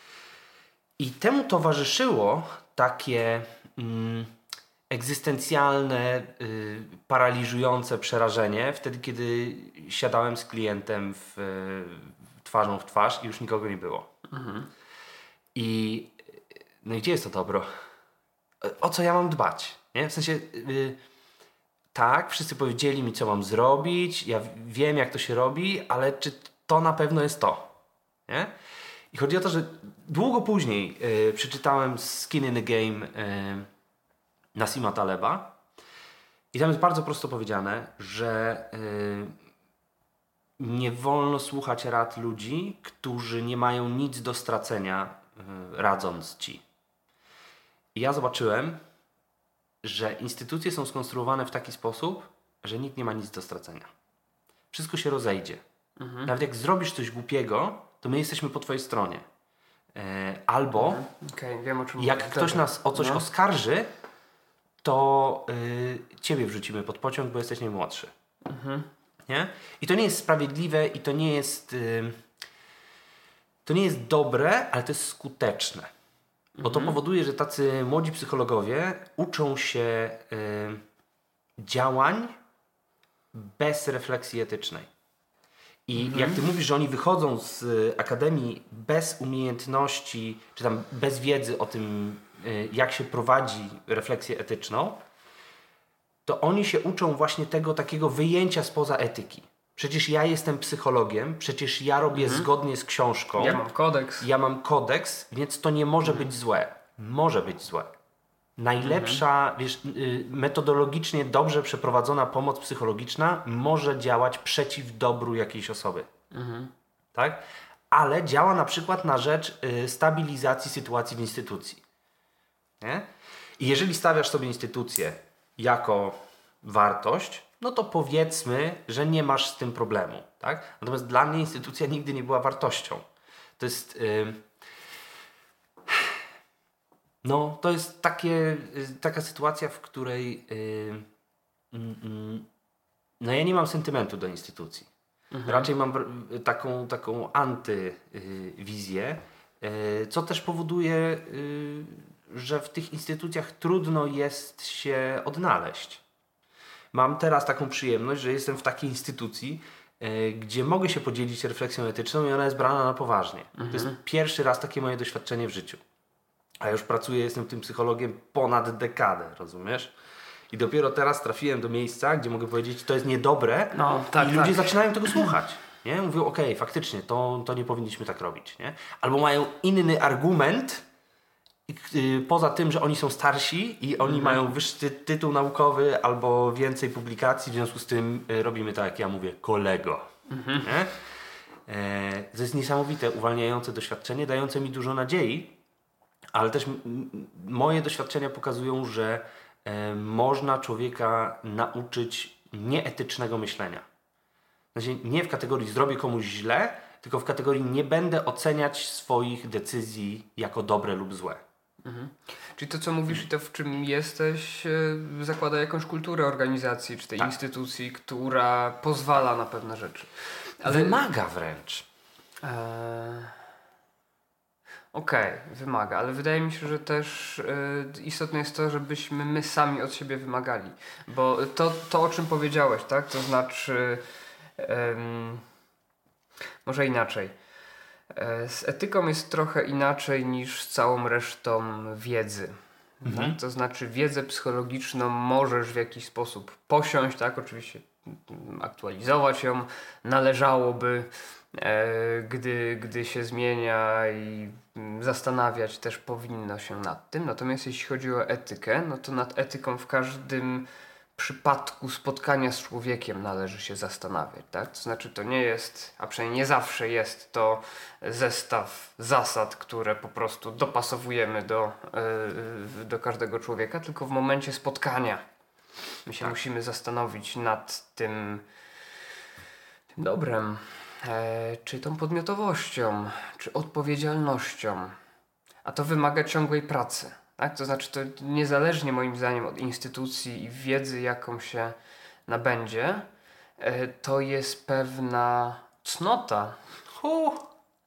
I temu towarzyszyło takie mm, egzystencjalne, y, paraliżujące przerażenie wtedy, kiedy siadałem z klientem w, y, twarzą w twarz i już nikogo nie było. Mhm. I no i gdzie jest to dobro? O co ja mam dbać? Nie? W sensie y, tak, wszyscy powiedzieli mi, co mam zrobić, ja wiem, jak to się robi, ale czy to na pewno jest to? Nie? I chodzi o to, że długo później y, przeczytałem Skin in the Game y, Nassima Taleba i tam jest bardzo prosto powiedziane, że y, nie wolno słuchać rad ludzi, którzy nie mają nic do stracenia, y, radząc ci. I ja zobaczyłem, że instytucje są skonstruowane w taki sposób, że nikt nie ma nic do stracenia. Wszystko się rozejdzie. Mhm. Nawet jak zrobisz coś głupiego, to my jesteśmy po twojej stronie. E, albo mhm. okay, wiem, o czym jak mówię. Ktoś nas o coś no. oskarży, to y, ciebie wrzucimy pod pociąg, bo jesteś najmłodszy. Mhm. Nie? I to nie jest sprawiedliwe i to nie jest y, to nie jest dobre, ale to jest skuteczne. Bo mhm. to powoduje, że tacy młodzi psychologowie uczą się y, działań bez refleksji etycznej. I mhm. jak ty mówisz, że oni wychodzą z y, akademii bez umiejętności, czy tam bez wiedzy o tym, y, jak się prowadzi refleksję etyczną, to oni się uczą właśnie tego takiego wyjęcia spoza etyki. Przecież ja jestem psychologiem, przecież ja robię mhm. zgodnie z książką. Ja mam kodeks. Ja mam kodeks, więc to nie może mhm. być złe. Może być złe. Najlepsza, mhm. wiesz, y, metodologicznie dobrze przeprowadzona pomoc psychologiczna może działać przeciw dobru jakiejś osoby. Mhm. Tak? ale działa na przykład na rzecz y, stabilizacji sytuacji w instytucji. Nie? I jeżeli stawiasz sobie instytucję jako wartość, no to powiedzmy, że nie masz z tym problemu. Tak? Natomiast dla mnie instytucja nigdy nie była wartością. To jest... Y, no, to jest takie, y, taka sytuacja, w której y, y, y, no ja nie mam sentymentu do instytucji. Mhm. Raczej mam y, taką, taką antywizję, y, co też powoduje, y, że w tych instytucjach trudno jest się odnaleźć. Mam teraz taką przyjemność, że jestem w takiej instytucji, y, gdzie mogę się podzielić refleksją etyczną i ona jest brana na poważnie. Mhm. To jest pierwszy raz takie moje doświadczenie w życiu. A już pracuję, jestem tym psychologiem ponad dekadę, rozumiesz? I dopiero teraz trafiłem do miejsca, gdzie mogę powiedzieć, to jest niedobre no, tak, i ludzie tak. zaczynają tego słuchać. Nie? Mówią, okej, okay, faktycznie, to, to nie powinniśmy tak robić. Nie? Albo mają inny argument, yy, poza tym, że oni są starsi i oni mhm. mają wyższy ty- tytuł naukowy albo więcej publikacji, w związku z tym yy, robimy tak, jak ja mówię, kolego. Mhm. Nie? E, to jest niesamowite, uwalniające doświadczenie, dające mi dużo nadziei, ale też m- moje doświadczenia pokazują, że e, można człowieka nauczyć nieetycznego myślenia. Znaczy nie w kategorii zrobię komuś źle, tylko w kategorii nie będę oceniać swoich decyzji jako dobre lub złe. Mhm. Czyli to, co mówisz i to, w czym jesteś, yy, zakłada jakąś kulturę organizacji, czy tej tak. instytucji, która pozwala na pewne rzeczy. Ale... Wymaga wręcz. Eee... Okej, okay, wymaga, ale wydaje mi się, że też y, istotne jest to, żebyśmy my sami od siebie wymagali. Bo to, to o czym powiedziałeś, tak? To znaczy, ym, może inaczej. E, z etyką jest trochę inaczej niż z całą resztą wiedzy. Mhm. Tak? To znaczy wiedzę psychologiczną możesz w jakiś sposób posiąść, tak? Oczywiście aktualizować ją należałoby, e, gdy, gdy się zmienia i zastanawiać też powinno się nad tym. Natomiast jeśli chodzi o etykę, no to nad etyką w każdym przypadku spotkania z człowiekiem należy się zastanawiać, tak? To znaczy to nie jest, a przynajmniej nie zawsze jest to zestaw zasad, które po prostu dopasowujemy do, yy, do każdego człowieka, tylko w momencie spotkania my się tak. musimy zastanowić nad tym, tym dobrem, e, czy tą podmiotowością, czy odpowiedzialnością, a to wymaga ciągłej pracy. Tak? To znaczy to niezależnie moim zdaniem od instytucji i wiedzy, jaką się nabędzie, to jest pewna cnota. Huh.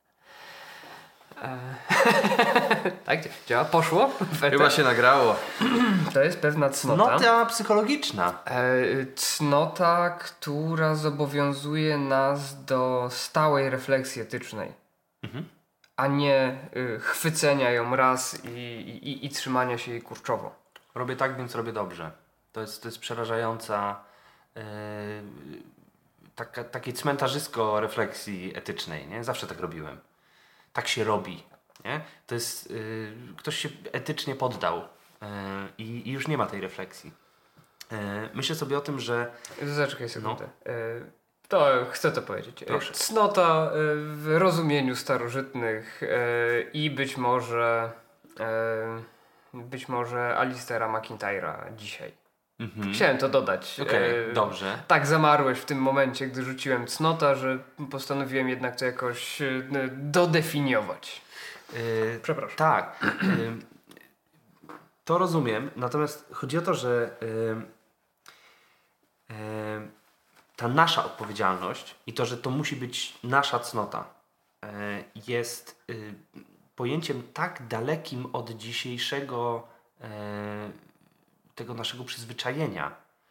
E... tak, działa? Poszło? Chyba się nagrało. To jest pewna cnota. Cnota psychologiczna. E, cnota, która zobowiązuje nas do stałej refleksji etycznej. Mhm. A nie y, chwycenia ją raz i, i, i trzymania się jej kurczowo. Robię tak, więc robię dobrze. To jest, to jest przerażająca yy, taka, takie cmentarzysko refleksji etycznej. Nie? Zawsze tak robiłem. Tak się robi. Nie? To jest, yy, ktoś się etycznie poddał yy, i, i już nie ma tej refleksji. Yy, myślę sobie o tym, że... Zaczekaj sekundę. No. Yy... To chcę to powiedzieć. Proszę. Cnota w rozumieniu starożytnych i być może być może Alistera McIntyre'a dzisiaj. Mhm. Chciałem to dodać. Okej, dobrze. Tak zamarłeś w tym momencie, gdy rzuciłem cnota, że postanowiłem jednak to jakoś dodefiniować. Yy, Przepraszam. Tak. Yy, to rozumiem. Natomiast chodzi o to, że yy, yy, ta nasza odpowiedzialność i to, że to musi być nasza cnota, jest pojęciem tak dalekim od dzisiejszego tego naszego przyzwyczajenia.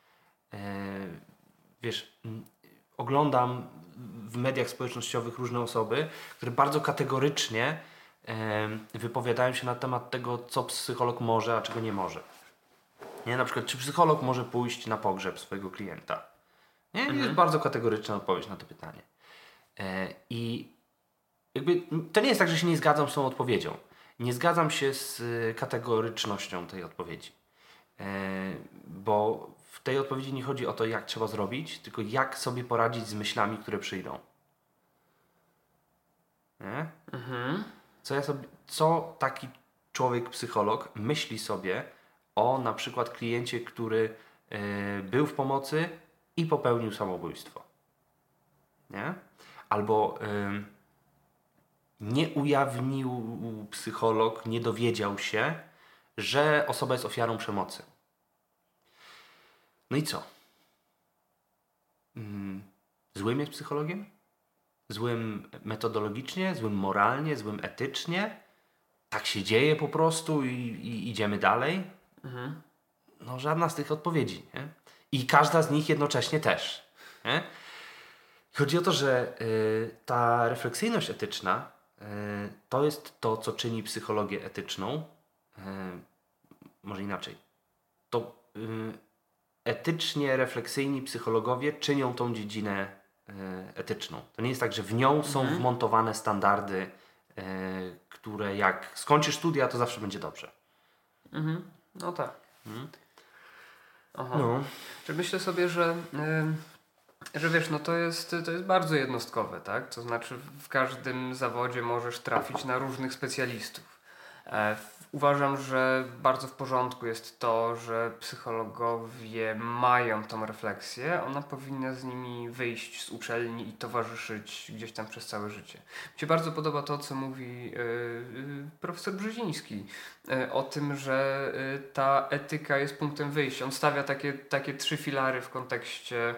Wiesz, oglądam w mediach społecznościowych różne osoby, które bardzo kategorycznie wypowiadają się na temat tego, co psycholog może, a czego nie może. Nie? Na przykład, czy psycholog może pójść na pogrzeb swojego klienta? Nie? Mhm. Jest bardzo kategoryczna odpowiedź na to pytanie. E, I jakby to nie jest tak, że się nie zgadzam z tą odpowiedzią. Nie zgadzam się z kategorycznością tej odpowiedzi. E, bo w tej odpowiedzi nie chodzi o to, jak trzeba zrobić, tylko jak sobie poradzić z myślami, które przyjdą. Nie? Mhm. Co, ja sobie, co taki człowiek, psycholog myśli sobie o na przykład kliencie, który y, był w pomocy i popełnił samobójstwo. Nie? Albo y, nie ujawnił psycholog, nie dowiedział się, że osoba jest ofiarą przemocy. No i co? Mm, złym jest psychologiem? Złym metodologicznie, złym moralnie, złym etycznie? Tak się dzieje po prostu i, i idziemy dalej? Mhm. No żadna z tych odpowiedzi. Nie? I każda z nich jednocześnie też. Nie? Chodzi o to, że y, ta refleksyjność etyczna y, to jest to, co czyni psychologię etyczną. Y, może inaczej. To y, etycznie refleksyjni psychologowie czynią tą dziedzinę y, etyczną. To nie jest tak, że w nią są Mhm. wmontowane standardy, y, które jak skończysz studia, to zawsze będzie dobrze. Mhm. No tak. Mhm. Aha. No. Że myślę sobie, że, y, że wiesz, no to jest, to jest bardzo jednostkowe, tak? To znaczy w każdym zawodzie możesz trafić na różnych specjalistów. E, w- uważam, że bardzo w porządku jest to, że psychologowie mają tą refleksję. Ona powinna z nimi wyjść z uczelni i towarzyszyć gdzieś tam przez całe życie. Mi się bardzo podoba to, co mówi y, y, profesor Brzeziński y, o tym, że y, ta etyka jest punktem wyjścia. On stawia takie, takie trzy filary w kontekście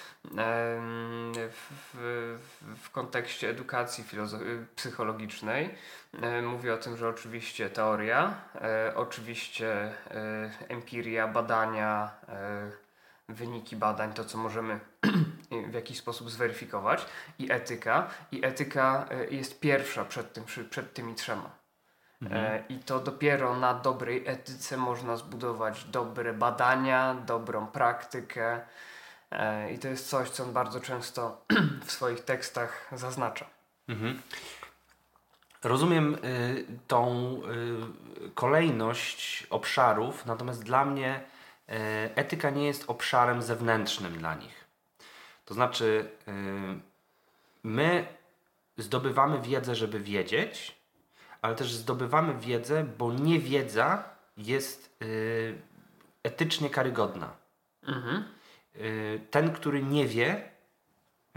w, w, w kontekście edukacji filozo- psychologicznej. Mówi o tym, że oczywiście teoria, e, oczywiście e, empiria, badania, e, wyniki badań, to co możemy w jakiś sposób zweryfikować i etyka. I etyka e, jest pierwsza przed, tym, przed tymi trzema. Mhm. E, I to dopiero na dobrej etyce można zbudować dobre badania, dobrą praktykę. E, I to jest coś, co on bardzo często w swoich tekstach zaznacza. Mhm. Rozumiem y, tą y, kolejność obszarów, natomiast dla mnie y, etyka nie jest obszarem zewnętrznym dla nich. To znaczy, y, my zdobywamy wiedzę, żeby wiedzieć, ale też zdobywamy wiedzę, bo niewiedza jest y, etycznie karygodna. Mhm. Y, ten, który nie wie, y,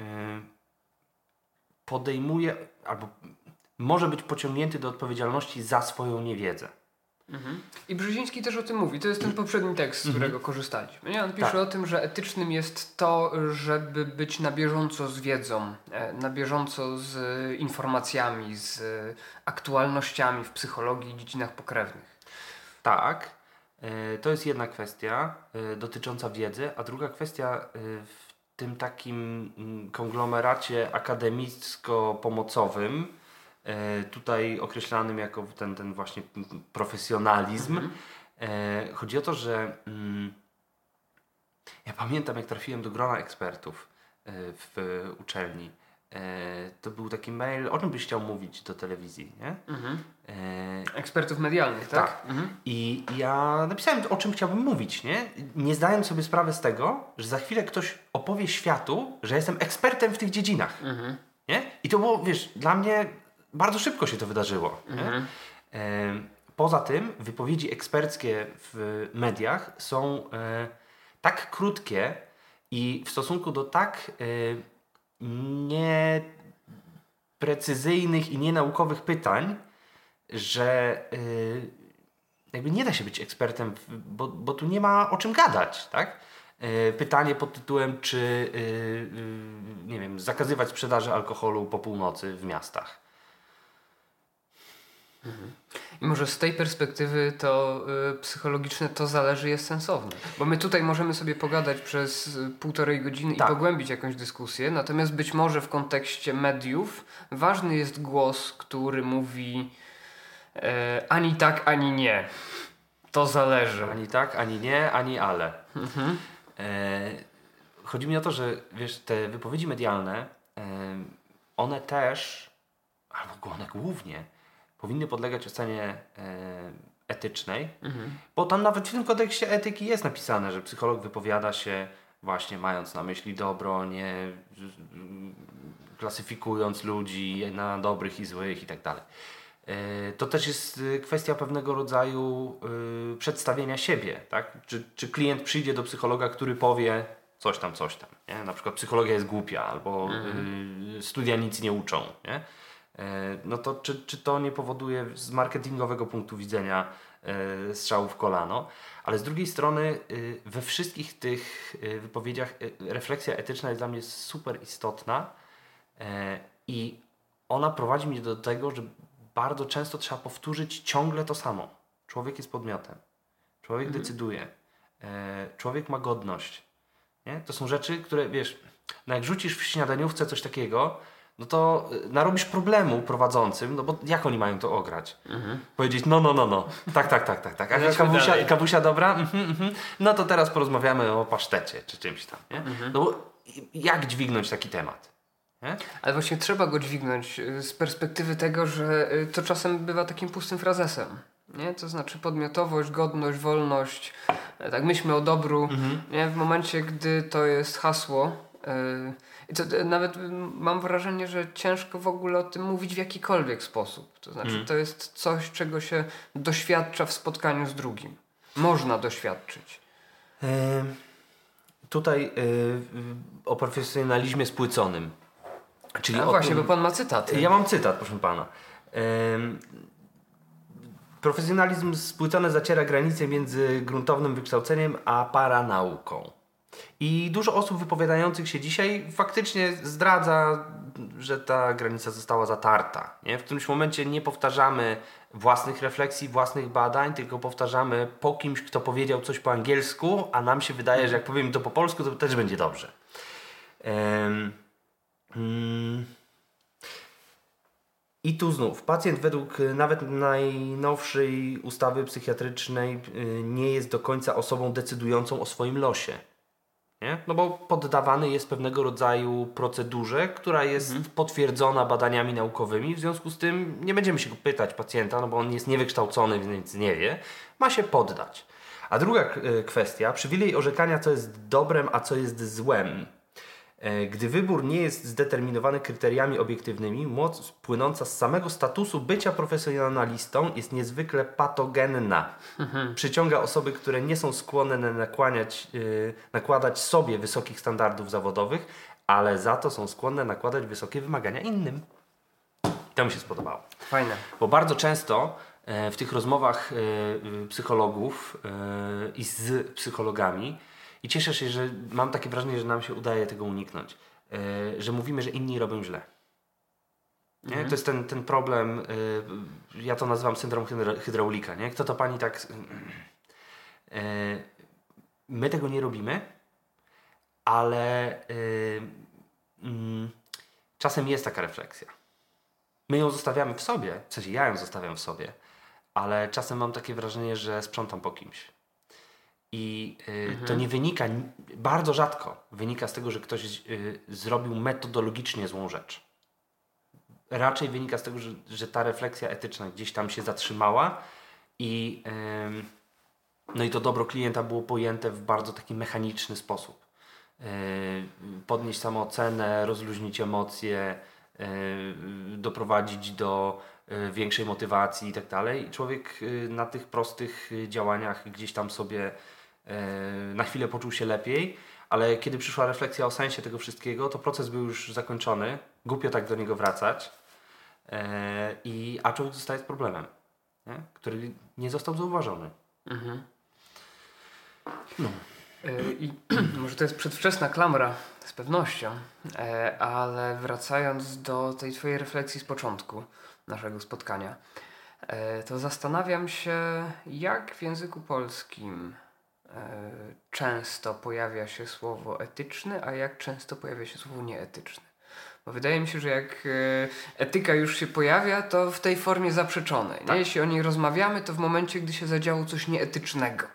podejmuje albo może być pociągnięty do odpowiedzialności za swoją niewiedzę. Mhm. I Brzeziński też o tym mówi. To jest ten poprzedni tekst, z którego korzystaliśmy. Nie? On pisze Tak. o tym, że etycznym jest to, żeby być na bieżąco z wiedzą, e, na bieżąco z informacjami, z aktualnościami w psychologii i dziedzinach pokrewnych. Tak, y, to jest jedna kwestia y, dotycząca wiedzy, a druga kwestia y, w tym takim mm, konglomeracie akademicko-pomocowym, y, tutaj określanym jako ten, ten właśnie mm, profesjonalizm. Mhm. Y, chodzi o to, że mm, ja pamiętam, jak trafiłem do grona ekspertów y, w uczelni. Y, to był taki mail, o czym byś chciał mówić do telewizji, nie? Mhm. Y, Ekspertów medialnych, tak? Tak. Mhm. I ja napisałem, o czym chciałbym mówić, nie? Nie zdając sobie sprawy z tego, że za chwilę ktoś opowie światu, że jestem ekspertem w tych dziedzinach. Mhm. Nie? I to było, wiesz, dla mnie bardzo szybko się to wydarzyło. Mhm. Nie? E, poza tym wypowiedzi eksperckie w mediach są e, tak krótkie i w stosunku do tak e, nieprecyzyjnych i nienaukowych pytań, że y, jakby nie da się być ekspertem, w, bo, bo tu nie ma o czym gadać, tak? Y, pytanie pod tytułem, czy y, y, nie wiem, zakazywać sprzedaży alkoholu po północy w miastach. I może z tej perspektywy to y, psychologiczne to zależy jest sensowne. Bo my tutaj możemy sobie pogadać przez y, półtorej godziny Tak. i pogłębić jakąś dyskusję, natomiast być może w kontekście mediów ważny jest głos, który mówi e, ani tak, ani nie. To zależy. Ani tak, ani nie, ani ale. Mhm. E, chodzi mi o to, że wiesz, te wypowiedzi medialne, e, one też, albo one głównie, powinny podlegać ocenie e, etycznej, Mhm. bo tam nawet w tym kodeksie etyki jest napisane, że psycholog wypowiada się właśnie mając na myśli dobro, nie klasyfikując ludzi na dobrych i złych i tak dalej. To też jest kwestia pewnego rodzaju y, przedstawienia siebie, tak? Czy, czy klient przyjdzie do psychologa, który powie coś tam, coś tam, nie? Na przykład psychologia jest głupia, albo y, studia nic nie uczą, nie? No to czy, czy to nie powoduje z marketingowego punktu widzenia y, strzału w kolano? Ale z drugiej strony y, we wszystkich tych y, wypowiedziach y, refleksja etyczna jest dla mnie super istotna y, i ona prowadzi mnie do tego, że bardzo często trzeba powtórzyć ciągle to samo. Człowiek jest podmiotem. Człowiek mhm. decyduje. E, człowiek ma godność. Nie? To są rzeczy, które wiesz, no jak rzucisz w śniadaniówce coś takiego, no to narobisz problemu prowadzącym, no bo jak oni mają to ograć? Mhm. Powiedzieć no, no, no, no. Tak, tak, tak, tak, tak. A kawusia, kawusia dobra? Mhm, mhm. No to teraz porozmawiamy o pasztecie czy czymś tam. Nie? Mhm. No bo jak dźwignąć taki temat? Nie? Ale właśnie trzeba go dźwignąć z perspektywy tego, że to czasem bywa takim pustym frazesem. Nie? To znaczy podmiotowość, godność, wolność. Tak myślmy o dobru. Mhm. Nie? W momencie, gdy to jest hasło. I to nawet mam wrażenie, że ciężko w ogóle o tym mówić w jakikolwiek sposób. To znaczy mhm. to jest coś, czego się doświadcza w spotkaniu z drugim. Można doświadczyć. Yy, tutaj yy, o profesjonalizmie spłyconym. Czyli A właśnie, tym, bo pan ma cytat. Ja mam cytat, proszę pana. Ym, profesjonalizm spłycony zaciera granicę między gruntownym wykształceniem a paranauką. I dużo osób wypowiadających się dzisiaj faktycznie zdradza, że ta granica została zatarta. Nie? W którymś momencie nie powtarzamy własnych refleksji, własnych badań, tylko powtarzamy po kimś, kto powiedział coś po angielsku, a nam się wydaje, że jak powiem to po polsku, to też będzie dobrze. Ym, I tu znów, pacjent według nawet najnowszej ustawy psychiatrycznej nie jest do końca osobą decydującą o swoim losie. Nie? No bo poddawany jest pewnego rodzaju procedurze, która jest mhm. potwierdzona badaniami naukowymi, w związku z tym nie będziemy się go pytać pacjenta, no bo on jest niewykształcony, więc nie wie, ma się poddać. A druga kwestia, przywilej orzekania, co jest dobrem, a co jest złem. Gdy wybór nie jest zdeterminowany kryteriami obiektywnymi, moc płynąca z samego statusu bycia profesjonalistą jest niezwykle patogenna. Mhm. Przyciąga osoby, które nie są skłonne nakłaniać, yy, nakładać sobie wysokich standardów zawodowych, ale za to są skłonne nakładać wysokie wymagania innym. To mi się spodobało. Fajne. Bo bardzo często yy, w tych rozmowach yy, psychologów yy, i z psychologami i cieszę się, że mam takie wrażenie, że nam się udaje tego uniknąć. Yy, że mówimy, że inni robią źle. Nie? Mhm. To jest ten, ten problem, yy, ja to nazywam syndrom hydraulika. Nie? Kto to pani tak... Yy, my tego nie robimy, ale yy, yy, czasem jest taka refleksja. My ją zostawiamy w sobie, w sensie ja ją zostawiam w sobie, ale czasem mam takie wrażenie, że sprzątam po kimś. I y, mhm. to nie wynika, bardzo rzadko wynika z tego, że ktoś y, zrobił metodologicznie złą rzecz. Raczej wynika z tego, że, że ta refleksja etyczna gdzieś tam się zatrzymała i, y, no i to dobro klienta było pojęte w bardzo taki mechaniczny sposób. Y, podnieść samoocenę, rozluźnić emocje, y, doprowadzić do y, większej motywacji i tak dalej. I człowiek y, na tych prostych działaniach gdzieś tam sobie na chwilę poczuł się lepiej, ale kiedy przyszła refleksja o sensie tego wszystkiego, to proces był już zakończony. Głupio tak do niego wracać. I, a człowiek zostaje z problemem, nie? Który nie został zauważony. Mhm. No. I może to jest przedwczesna klamra z pewnością, ale wracając do tej twojej refleksji z początku naszego spotkania, to zastanawiam się, jak w języku polskim często pojawia się słowo etyczny, a jak często pojawia się słowo nieetyczny. Bo wydaje mi się, że jak etyka już się pojawia, to w tej formie zaprzeczonej. Tak. Nie? Jeśli o niej rozmawiamy, to w momencie, gdy się zadziało coś nieetycznego.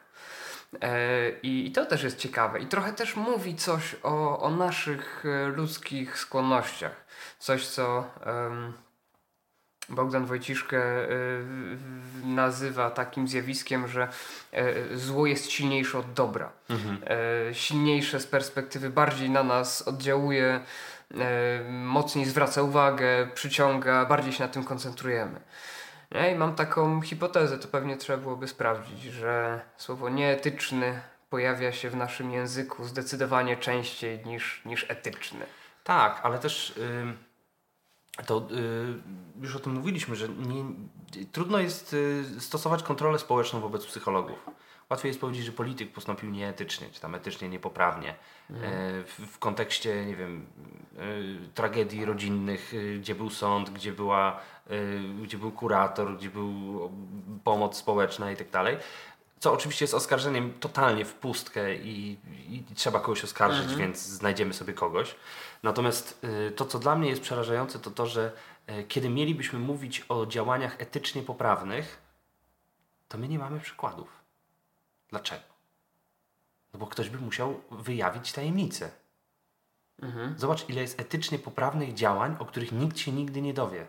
I, I to też jest ciekawe. I trochę też mówi coś o, o naszych ludzkich skłonnościach. Coś, co um, Bogdan Wojciszkę y, y, nazywa takim zjawiskiem, że y, zło jest silniejsze od dobra. Mhm. Y, silniejsze z perspektywy bardziej na nas oddziałuje, y, mocniej zwraca uwagę, przyciąga, bardziej się na tym koncentrujemy. Nie? I mam taką hipotezę, to pewnie trzeba byłoby sprawdzić, że słowo nieetyczny pojawia się w naszym języku zdecydowanie częściej niż, niż etyczny. Tak, ale też yy, to yy, już o tym mówiliśmy, że nie, trudno jest yy, stosować kontrolę społeczną wobec psychologów. Łatwiej jest powiedzieć, że polityk postąpił nieetycznie, czy tam etycznie niepoprawnie. Mhm. Yy, w, w kontekście, nie wiem, yy, tragedii rodzinnych, yy, gdzie był sąd, gdzie była, yy, gdzie był kurator, gdzie był pomoc społeczna i tak dalej. Co oczywiście jest oskarżeniem totalnie w pustkę i, i, i trzeba kogoś oskarżyć, mhm. więc znajdziemy sobie kogoś. Natomiast y, to, co dla mnie jest przerażające, to to, że y, kiedy mielibyśmy mówić o działaniach etycznie poprawnych, to my nie mamy przykładów. Dlaczego? No bo ktoś by musiał wyjawić tajemnicę. Mhm. Zobacz, ile jest etycznie poprawnych działań, o których nikt się nigdy nie dowie.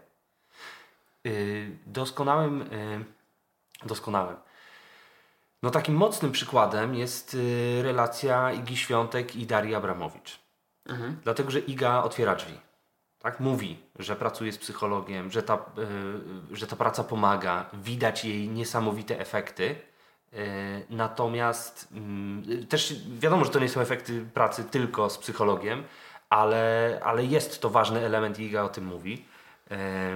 Y, doskonałym... Y, doskonałym. No takim mocnym przykładem jest y, relacja Igi Świątek i Darii Abramowicz. Mhm. Dlatego, że Iga otwiera drzwi. Tak? Mówi, że pracuje z psychologiem, że ta, y, że ta praca pomaga, widać jej niesamowite efekty. Y, natomiast y, też wiadomo, że to nie są efekty pracy tylko z psychologiem, ale, ale jest to ważny element i Iga o tym mówi. Y,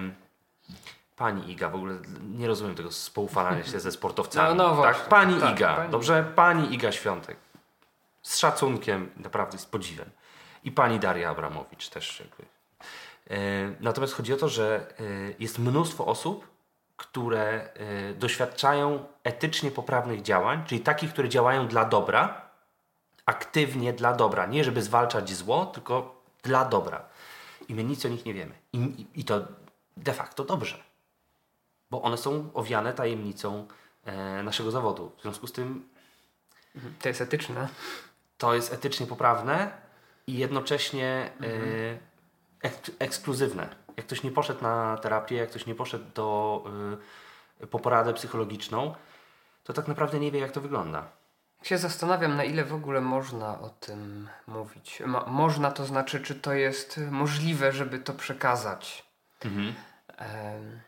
Pani Iga, w ogóle nie rozumiem tego spoufalania się ze sportowcami. No, no właśnie. Tak? Pani tak, Iga, pani. dobrze? Pani Iga Świątek. Z szacunkiem, naprawdę z podziwem. I pani Daria Abramowicz też jakby. Yy, natomiast chodzi o to, że yy, jest mnóstwo osób, które yy, doświadczają etycznie poprawnych działań, czyli takich, które działają dla dobra, aktywnie dla dobra. Nie żeby zwalczać zło, tylko dla dobra. I my nic o nich nie wiemy. I, i, i to de facto dobrze. Bo one są owiane tajemnicą e, naszego zawodu. W związku z tym... To jest etyczne. To jest etycznie poprawne i jednocześnie mhm. e, ek, ekskluzywne. Jak ktoś nie poszedł na terapię, jak ktoś nie poszedł do, e, po poradę psychologiczną, to tak naprawdę nie wie, jak to wygląda. Się zastanawiam, na ile w ogóle można o tym mówić. Mo- można to znaczy, czy to jest możliwe, żeby to przekazać. Mhm. Um.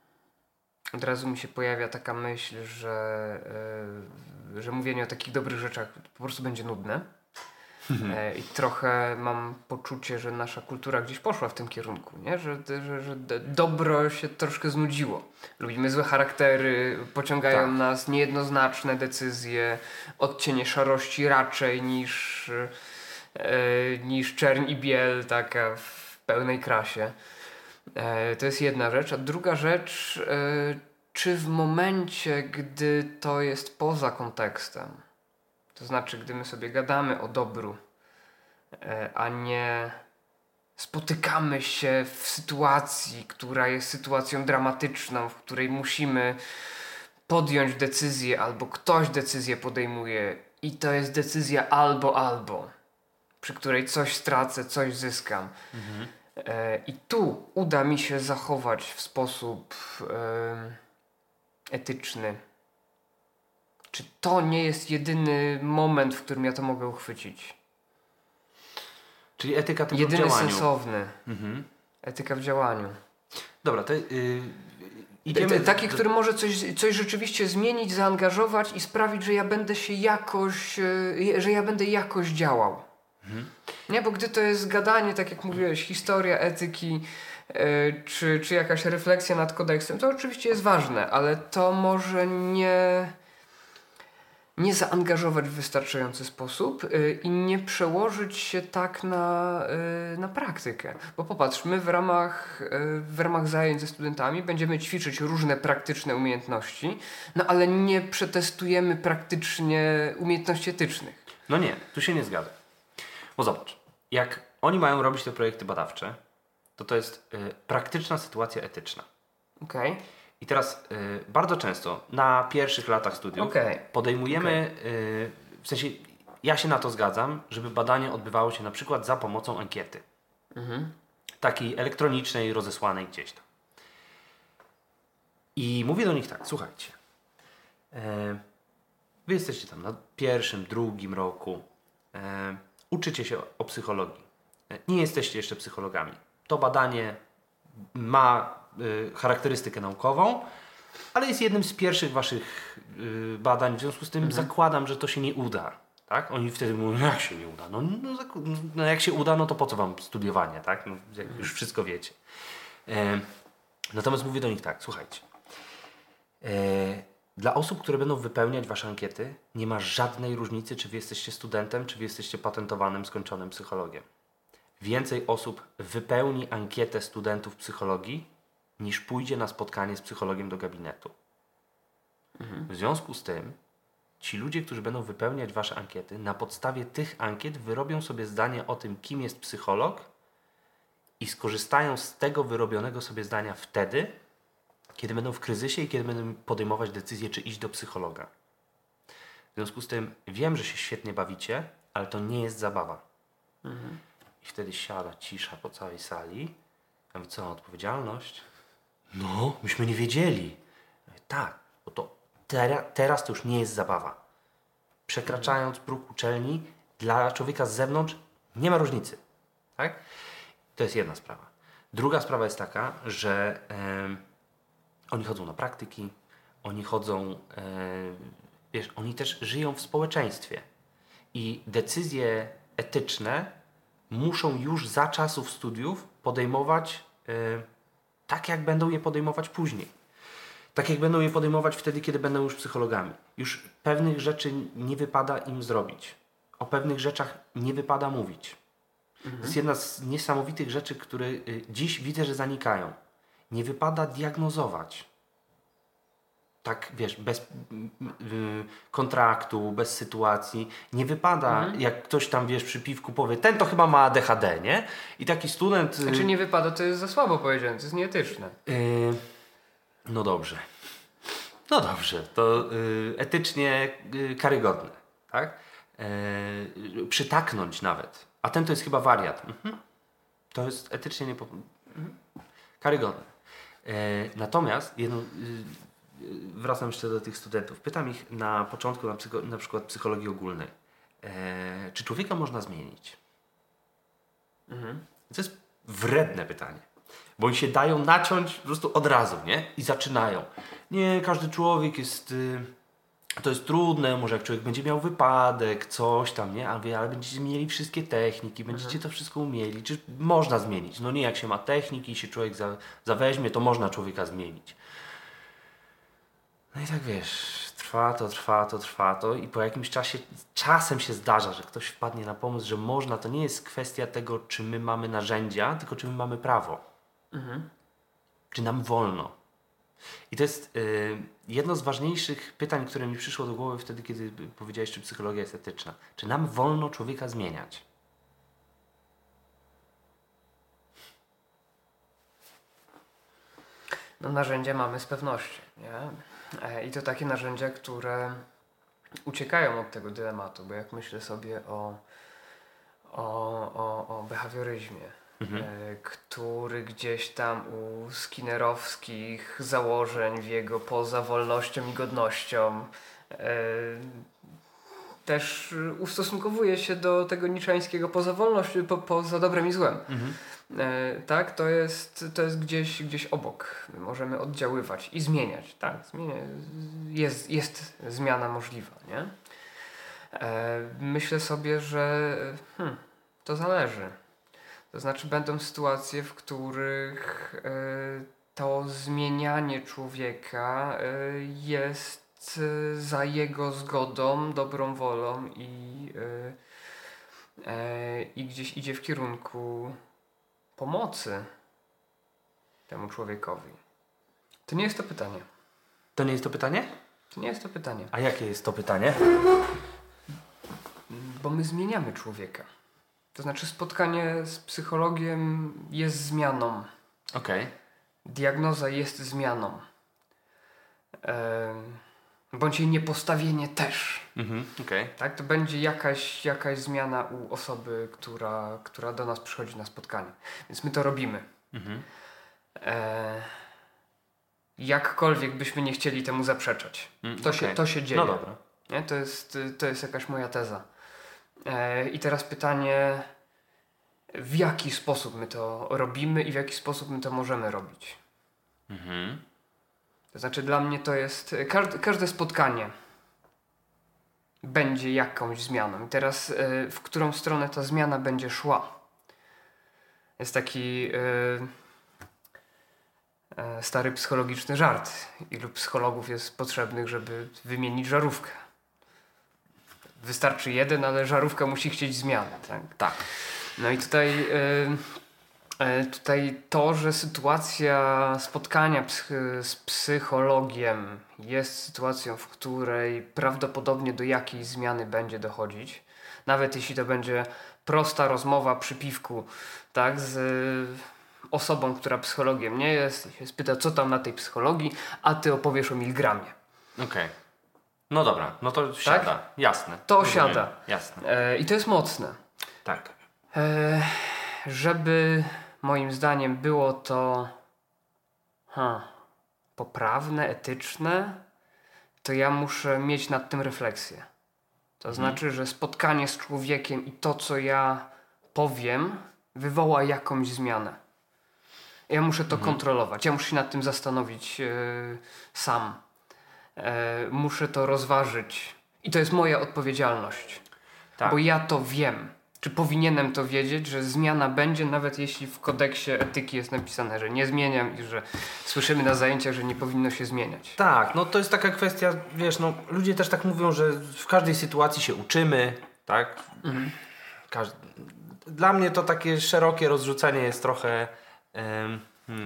Od razu mi się pojawia taka myśl, że, yy, że mówienie o takich dobrych rzeczach po prostu będzie nudne. Yy, I trochę mam poczucie, że nasza kultura gdzieś poszła w tym kierunku, nie? Że, że, że dobro się troszkę znudziło. Lubimy złe charaktery, pociągają tak. nas niejednoznaczne decyzje, odcienie szarości raczej niż, yy, niż czerń i biel taka w pełnej krasie. To jest jedna rzecz, a druga rzecz, czy w momencie, gdy to jest poza kontekstem, to znaczy gdy my sobie gadamy o dobru, a nie spotykamy się w sytuacji, która jest sytuacją dramatyczną, w której musimy podjąć decyzję albo ktoś decyzję podejmuje i to jest decyzja albo albo, przy której coś stracę, coś zyskam. Mhm. I tu uda mi się zachować w sposób e, etyczny. Czy to nie jest jedyny moment, w którym ja to mogę uchwycić? Czyli etyka tylko jedyny w działaniu. Jedyny sensowny. Mhm. Etyka w działaniu. Dobra, to yy, idziemy... Taki, do... który może coś, coś rzeczywiście zmienić, zaangażować i sprawić, że ja będę się jakoś, yy, że ja będę jakoś działał. Mhm. Nie, bo gdy to jest gadanie, tak jak mówiłeś, historia etyki yy, czy, czy jakaś refleksja nad kodeksem, to oczywiście jest ważne, ale to może nie, nie zaangażować w wystarczający sposób yy, i nie przełożyć się tak na, yy, na praktykę. Bo popatrz, my w ramach, yy, w ramach zajęć ze studentami będziemy ćwiczyć różne praktyczne umiejętności, no ale nie przetestujemy praktycznie umiejętności etycznych. No nie, tu się nie zgadzam. Bo zobacz, jak oni mają robić te projekty badawcze, to to jest y, praktyczna sytuacja etyczna. Okej. Okay. I teraz y, bardzo często na pierwszych latach studiów okay. podejmujemy, okay. y, w sensie ja się na to zgadzam, żeby badanie odbywało się na przykład za pomocą ankiety. Mhm. Takiej elektronicznej, rozesłanej gdzieś tam. I mówię do nich tak, słuchajcie, e, wy jesteście tam na pierwszym, drugim roku, e, uczycie się o psychologii. E, nie jesteście jeszcze psychologami. To badanie ma y, charakterystykę naukową, ale jest jednym z pierwszych waszych y, badań, w związku z tym mhm. zakładam, że to się nie uda. Tak? Oni wtedy mówią, no jak się nie uda? No, no, no jak się uda, no to po co wam studiowanie, tak? No, jak już wszystko wiecie. E, natomiast mówię do nich tak, słuchajcie. E, dla osób, które będą wypełniać wasze ankiety, nie ma żadnej różnicy, czy wy jesteście studentem, czy wy jesteście patentowanym, skończonym psychologiem. Więcej osób wypełni ankietę studentów psychologii, niż pójdzie na spotkanie z psychologiem do gabinetu. Mhm. W związku z tym ci ludzie, którzy będą wypełniać wasze ankiety, na podstawie tych ankiet wyrobią sobie zdanie o tym, kim jest psycholog i skorzystają z tego wyrobionego sobie zdania wtedy, kiedy będą w kryzysie i kiedy będą podejmować decyzję, czy iść do psychologa. W związku z tym wiem, że się świetnie bawicie, ale to nie jest zabawa. Mhm. I wtedy siada cisza po całej sali. Ja mówię, co, odpowiedzialność? No, myśmy nie wiedzieli. Ja mówię, tak, bo to tera, teraz to już nie jest zabawa. Przekraczając próg uczelni, dla człowieka z zewnątrz nie ma różnicy. Tak? To jest jedna sprawa. Druga sprawa jest taka, że e, oni chodzą na praktyki, oni chodzą, e, wiesz, oni też żyją w społeczeństwie. I decyzje etyczne muszą już za czasów studiów podejmować e, tak, jak będą je podejmować później. Tak jak będą je podejmować wtedy, kiedy będą już psychologami. Już pewnych rzeczy nie wypada im zrobić. O pewnych rzeczach nie wypada mówić. Mhm. To jest jedna z niesamowitych rzeczy, które y, dziś widzę, że zanikają. Nie wypada diagnozować. Tak, wiesz, bez y, y, kontraktu, bez sytuacji. Nie wypada, mhm. jak ktoś tam, wiesz, przy piwku powie, ten to chyba ma A D H D, nie? I taki student... Y, znaczy nie wypada, to jest za słabo powiedziane, to jest nieetyczne. Y, no dobrze. No dobrze, to y, etycznie y, karygodne, tak? Y, przytaknąć nawet. A ten to jest chyba wariat. Mhm. To jest etycznie niepo... Mhm. karygodne. Y, natomiast jedno, y, wracam jeszcze do tych studentów. Pytam ich na początku na, psycho, na przykład psychologii ogólnej. Y, czy człowieka można zmienić? Mhm. To jest wredne pytanie. Bo oni się dają naciąć po prostu od razu, nie? I zaczynają. Nie, każdy człowiek jest... Y, to jest trudne, może jak człowiek będzie miał wypadek, coś tam, nie? Ale, ale będziecie mieli wszystkie techniki, będziecie mhm. to wszystko umieli. Czy można zmienić? No nie, jak się ma techniki i się człowiek za, zaweźmie, to można człowieka zmienić. No i tak wiesz, trwa to, trwa to, trwa to i po jakimś czasie, czasem się zdarza, że ktoś wpadnie na pomysł, że można. To nie jest kwestia tego, czy my mamy narzędzia, tylko czy my mamy prawo. Mhm. Czy nam wolno? I to jest y, jedno z ważniejszych pytań, które mi przyszło do głowy wtedy, kiedy powiedziałeś, czy psychologia jest etyczna. Czy nam wolno człowieka zmieniać? No narzędzia mamy z pewnością, nie? E, I to takie narzędzia, które uciekają od tego dylematu, bo jak myślę sobie o, o, o, o behawioryzmie, Mhm. który gdzieś tam u skinnerowskich założeń w jego poza wolnością i godnością e, też ustosunkowuje się do tego niczańskiego poza wolnością, po, poza dobrem i złem. Mhm. E, tak, to jest, to jest gdzieś, gdzieś obok. My możemy oddziaływać i zmieniać. Tak, zmienia, jest, jest zmiana możliwa, nie? E, myślę sobie, że hmm, to zależy. To znaczy będą sytuacje, w których y, to zmienianie człowieka y, jest y, za jego zgodą, dobrą wolą i, y, y, i gdzieś idzie w kierunku pomocy temu człowiekowi. To nie jest to pytanie. To nie jest to pytanie? To nie jest to pytanie. A jakie jest to pytanie? Bo my zmieniamy człowieka. To znaczy spotkanie z psychologiem jest zmianą. Okej. Okay. Diagnoza jest zmianą. Ehm, bądź jej niepostawienie też. Mhm, okej. Okay. Tak, to będzie jakaś, jakaś zmiana u osoby, która, która do nas przychodzi na spotkanie. Więc my to robimy. Mhm. E, jakkolwiek byśmy nie chcieli temu zaprzeczać. Mm, to, okay. się, to się dzieje. No dobra. Nie? To, jest, to jest jakaś moja teza. E, I teraz pytanie, w jaki sposób my to robimy i w jaki sposób my to możemy robić. Mhm. To znaczy dla mnie to jest, każde, każde spotkanie będzie jakąś zmianą. I teraz e, w którą stronę ta zmiana będzie szła. Jest taki e, e, stary psychologiczny żart. Ilu psychologów jest potrzebnych, żeby wymienić żarówkę? Wystarczy jeden, ale żarówka musi chcieć zmiany. Tak. Tak. No i tutaj, yy, tutaj to, że sytuacja spotkania psych- z psychologiem jest sytuacją, w której prawdopodobnie do jakiejś zmiany będzie dochodzić, nawet jeśli to będzie prosta rozmowa przy piwku, tak, z y, osobą, która psychologiem nie jest, i się spyta, co tam na tej psychologii, a ty opowiesz o miligramie. Okej. Okay. No dobra, no to siada. Tak? Jasne. To Rozumiem. siada. Jasne. E, I to jest mocne. Tak. E, żeby moim zdaniem było to ha, poprawne, etyczne, to ja muszę mieć nad tym refleksję. To mhm. znaczy, że spotkanie z człowiekiem i to, co ja powiem, wywoła jakąś zmianę. Ja muszę to mhm. kontrolować. Ja muszę się nad tym zastanowić e, sam. E, muszę to rozważyć. I to jest moja odpowiedzialność. Tak. Bo ja to wiem. Czy powinienem to wiedzieć, że zmiana będzie, nawet jeśli w kodeksie etyki jest napisane, że nie zmieniam i że słyszymy na zajęciach, że nie powinno się zmieniać. Tak, no to jest taka kwestia, wiesz, no ludzie też tak mówią, że w każdej sytuacji się uczymy, tak? Mhm. Każ... Dla mnie to takie szerokie rozrzucenie jest trochę... Um, hmm.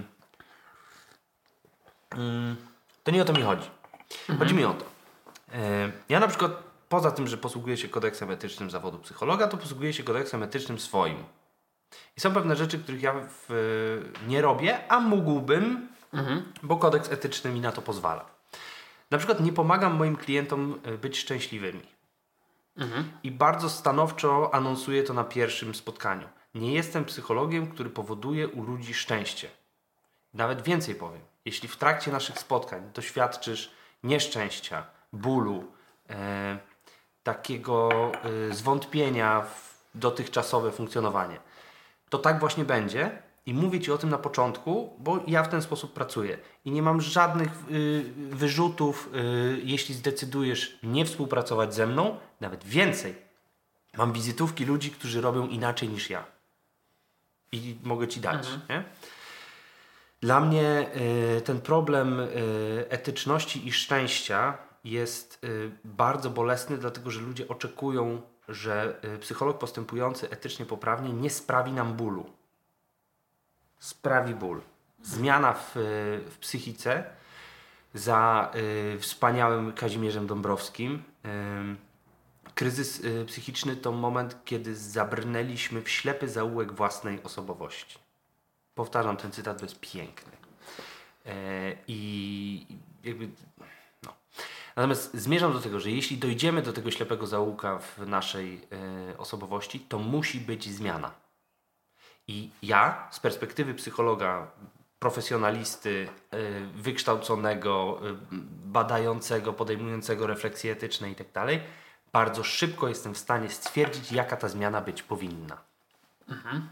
um, to nie o to mi chodzi. Mhm. Chodzi mi o to. Um, ja na przykład poza tym, że posługuję się kodeksem etycznym zawodu psychologa, to posługuję się kodeksem etycznym swoim. I są pewne rzeczy, których ja w, nie robię, a mógłbym, mhm. bo kodeks etyczny mi na to pozwala. Na przykład nie pomagam moim klientom być szczęśliwymi. Mhm. I bardzo stanowczo anonsuję to na pierwszym spotkaniu. Nie jestem psychologiem, który powoduje u ludzi szczęście. Nawet więcej powiem. Jeśli w trakcie naszych spotkań doświadczysz nieszczęścia, bólu, e, takiego y, zwątpienia w dotychczasowe funkcjonowanie. To tak właśnie będzie i mówię Ci o tym na początku, bo ja w ten sposób pracuję i nie mam żadnych y, wyrzutów, y, jeśli zdecydujesz nie współpracować ze mną, nawet więcej. Mam wizytówki ludzi, którzy robią inaczej niż ja i mogę Ci dać. Mhm. Nie? Dla mnie y, ten problem y, etyczności i szczęścia jest y, bardzo bolesny, dlatego że ludzie oczekują, że y, psycholog postępujący etycznie poprawnie nie sprawi nam bólu. Sprawi ból. Zmiana w, y, w psychice za y, wspaniałym Kazimierzem Dąbrowskim. Y, kryzys y, psychiczny to moment, kiedy zabrnęliśmy w ślepy zaułek własnej osobowości. Powtarzam, ten cytat, to jest piękny. Y, I jakby... Natomiast zmierzam do tego, że jeśli dojdziemy do tego ślepego zaułka w naszej y, osobowości, to musi być zmiana. I ja z perspektywy psychologa, profesjonalisty, y, wykształconego, y, badającego, podejmującego refleksje etyczne i tak dalej, bardzo szybko jestem w stanie stwierdzić, jaka ta zmiana być powinna. Mhm.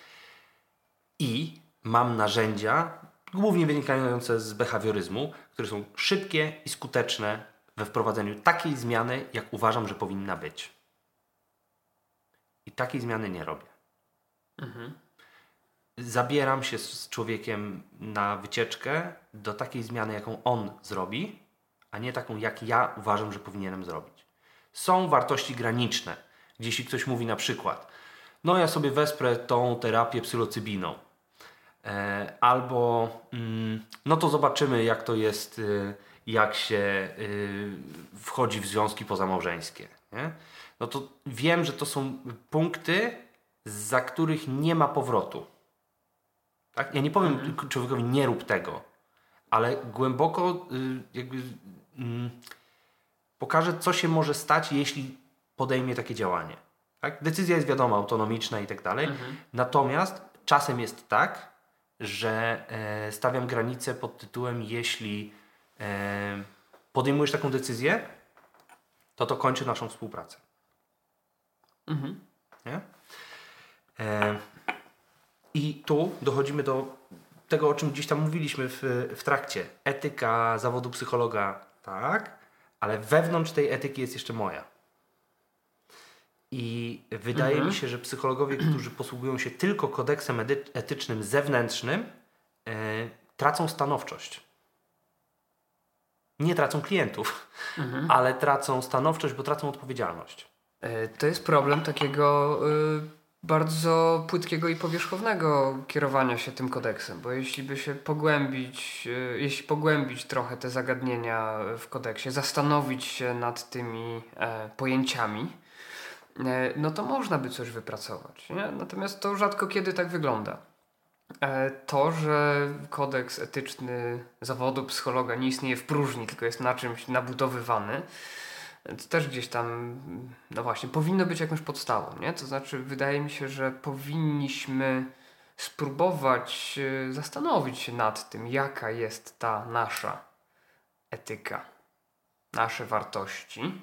I mam narzędzia, głównie wynikające z behawioryzmu, które są szybkie i skuteczne we wprowadzeniu takiej zmiany, jak uważam, że powinna być. I takiej zmiany nie robię. Mhm. Zabieram się z człowiekiem na wycieczkę do takiej zmiany, jaką on zrobi, a nie taką, jak ja uważam, że powinienem zrobić. Są wartości graniczne, gdzie jeśli ktoś mówi na przykład, no ja sobie wesprę tą terapię psylocybiną, e, albo mm, no to zobaczymy, jak to jest, y, jak się y, wchodzi w związki pozamałżeńskie. Nie? No to wiem, że to są punkty, za których nie ma powrotu. Tak? Ja nie powiem mhm. człowiekowi, nie rób tego, ale głęboko y, jakby y, pokażę, co się może stać, jeśli podejmie takie działanie. Tak? Decyzja jest wiadoma, autonomiczna i tak dalej. Natomiast czasem jest tak, że e, stawiam granicę pod tytułem, jeśli e, podejmujesz taką decyzję, to to kończy naszą współpracę. Mhm. Nie? E, I tu dochodzimy do tego, o czym gdzieś tam mówiliśmy w, w trakcie. Etyka zawodu psychologa, tak, ale wewnątrz tej etyki jest jeszcze moja. I wydaje Mhm. mi się, że psychologowie, którzy posługują się tylko kodeksem edy- etycznym zewnętrznym, e, tracą stanowczość. Nie tracą klientów, Mhm. ale tracą stanowczość, bo tracą odpowiedzialność. E, To jest problem takiego y, bardzo płytkiego i powierzchownego kierowania się tym kodeksem, bo jeśli by się pogłębić, y, jeśli pogłębić trochę te zagadnienia w kodeksie, zastanowić się nad tymi e, pojęciami, e, no to można by coś wypracować. Nie? Natomiast to rzadko kiedy tak wygląda. E, To, że kodeks etyczny zawodu psychologa nie istnieje w próżni, tylko jest na czymś nabudowywany, to też gdzieś tam, no właśnie, powinno być jakąś podstawą, nie? To znaczy, wydaje mi się, że powinniśmy spróbować e, zastanowić się nad tym, jaka jest ta nasza etyka, nasze wartości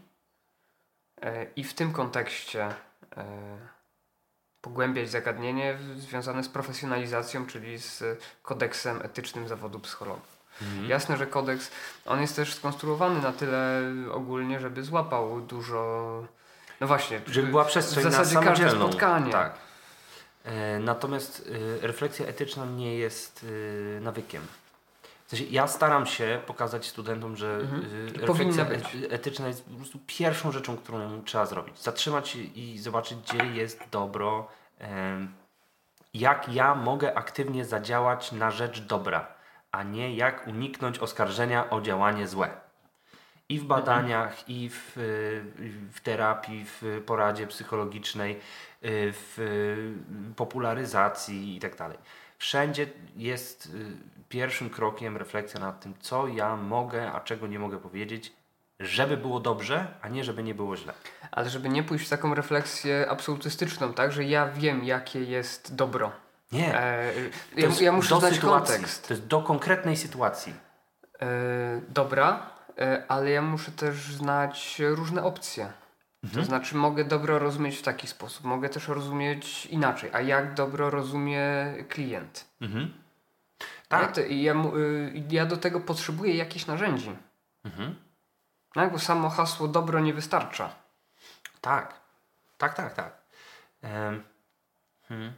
e, i w tym kontekście e, pogłębiać zagadnienie w- związane z profesjonalizacją, czyli z kodeksem etycznym zawodu psychologa. Mhm. Jasne, że kodeks, on jest też skonstruowany na tyle ogólnie, żeby złapał dużo, no właśnie, Żeby była przestrzeń w na zasadzie każde samodzielną. spotkanie. Tak. E, natomiast e, refleksja etyczna nie jest e, nawykiem. W sensie ja staram się pokazać studentom, że Mhm. e, Powinna refleksja być. e- etyczna jest po prostu pierwszą rzeczą, którą trzeba zrobić. Zatrzymać się i zobaczyć, gdzie jest dobro, e, jak ja mogę aktywnie zadziałać na rzecz dobra, a nie jak uniknąć oskarżenia o działanie złe. I w badaniach, i w, w terapii, w poradzie psychologicznej, w popularyzacji i tak dalej. Wszędzie jest pierwszym krokiem refleksja nad tym, co ja mogę, a czego nie mogę powiedzieć, żeby było dobrze, a nie żeby nie było źle. Ale żeby nie pójść w taką refleksję absolutystyczną, tak, że ja wiem, jakie jest dobro. Nie. E, To ja, jest ja muszę do znać sytuacji. kontekst. To jest do konkretnej sytuacji. E, dobra, e, ale ja muszę też znać różne opcje. To znaczy mogę dobro rozumieć w taki sposób, mogę też rozumieć inaczej. A jak dobro rozumie klient? Mhm. Tak. Tak. Ja, to, ja, mu- y, ja do tego potrzebuję jakichś narzędzi. Mhm. Tak, bo samo hasło dobro nie wystarcza. Tak, tak, tak, tak. Em, hmm.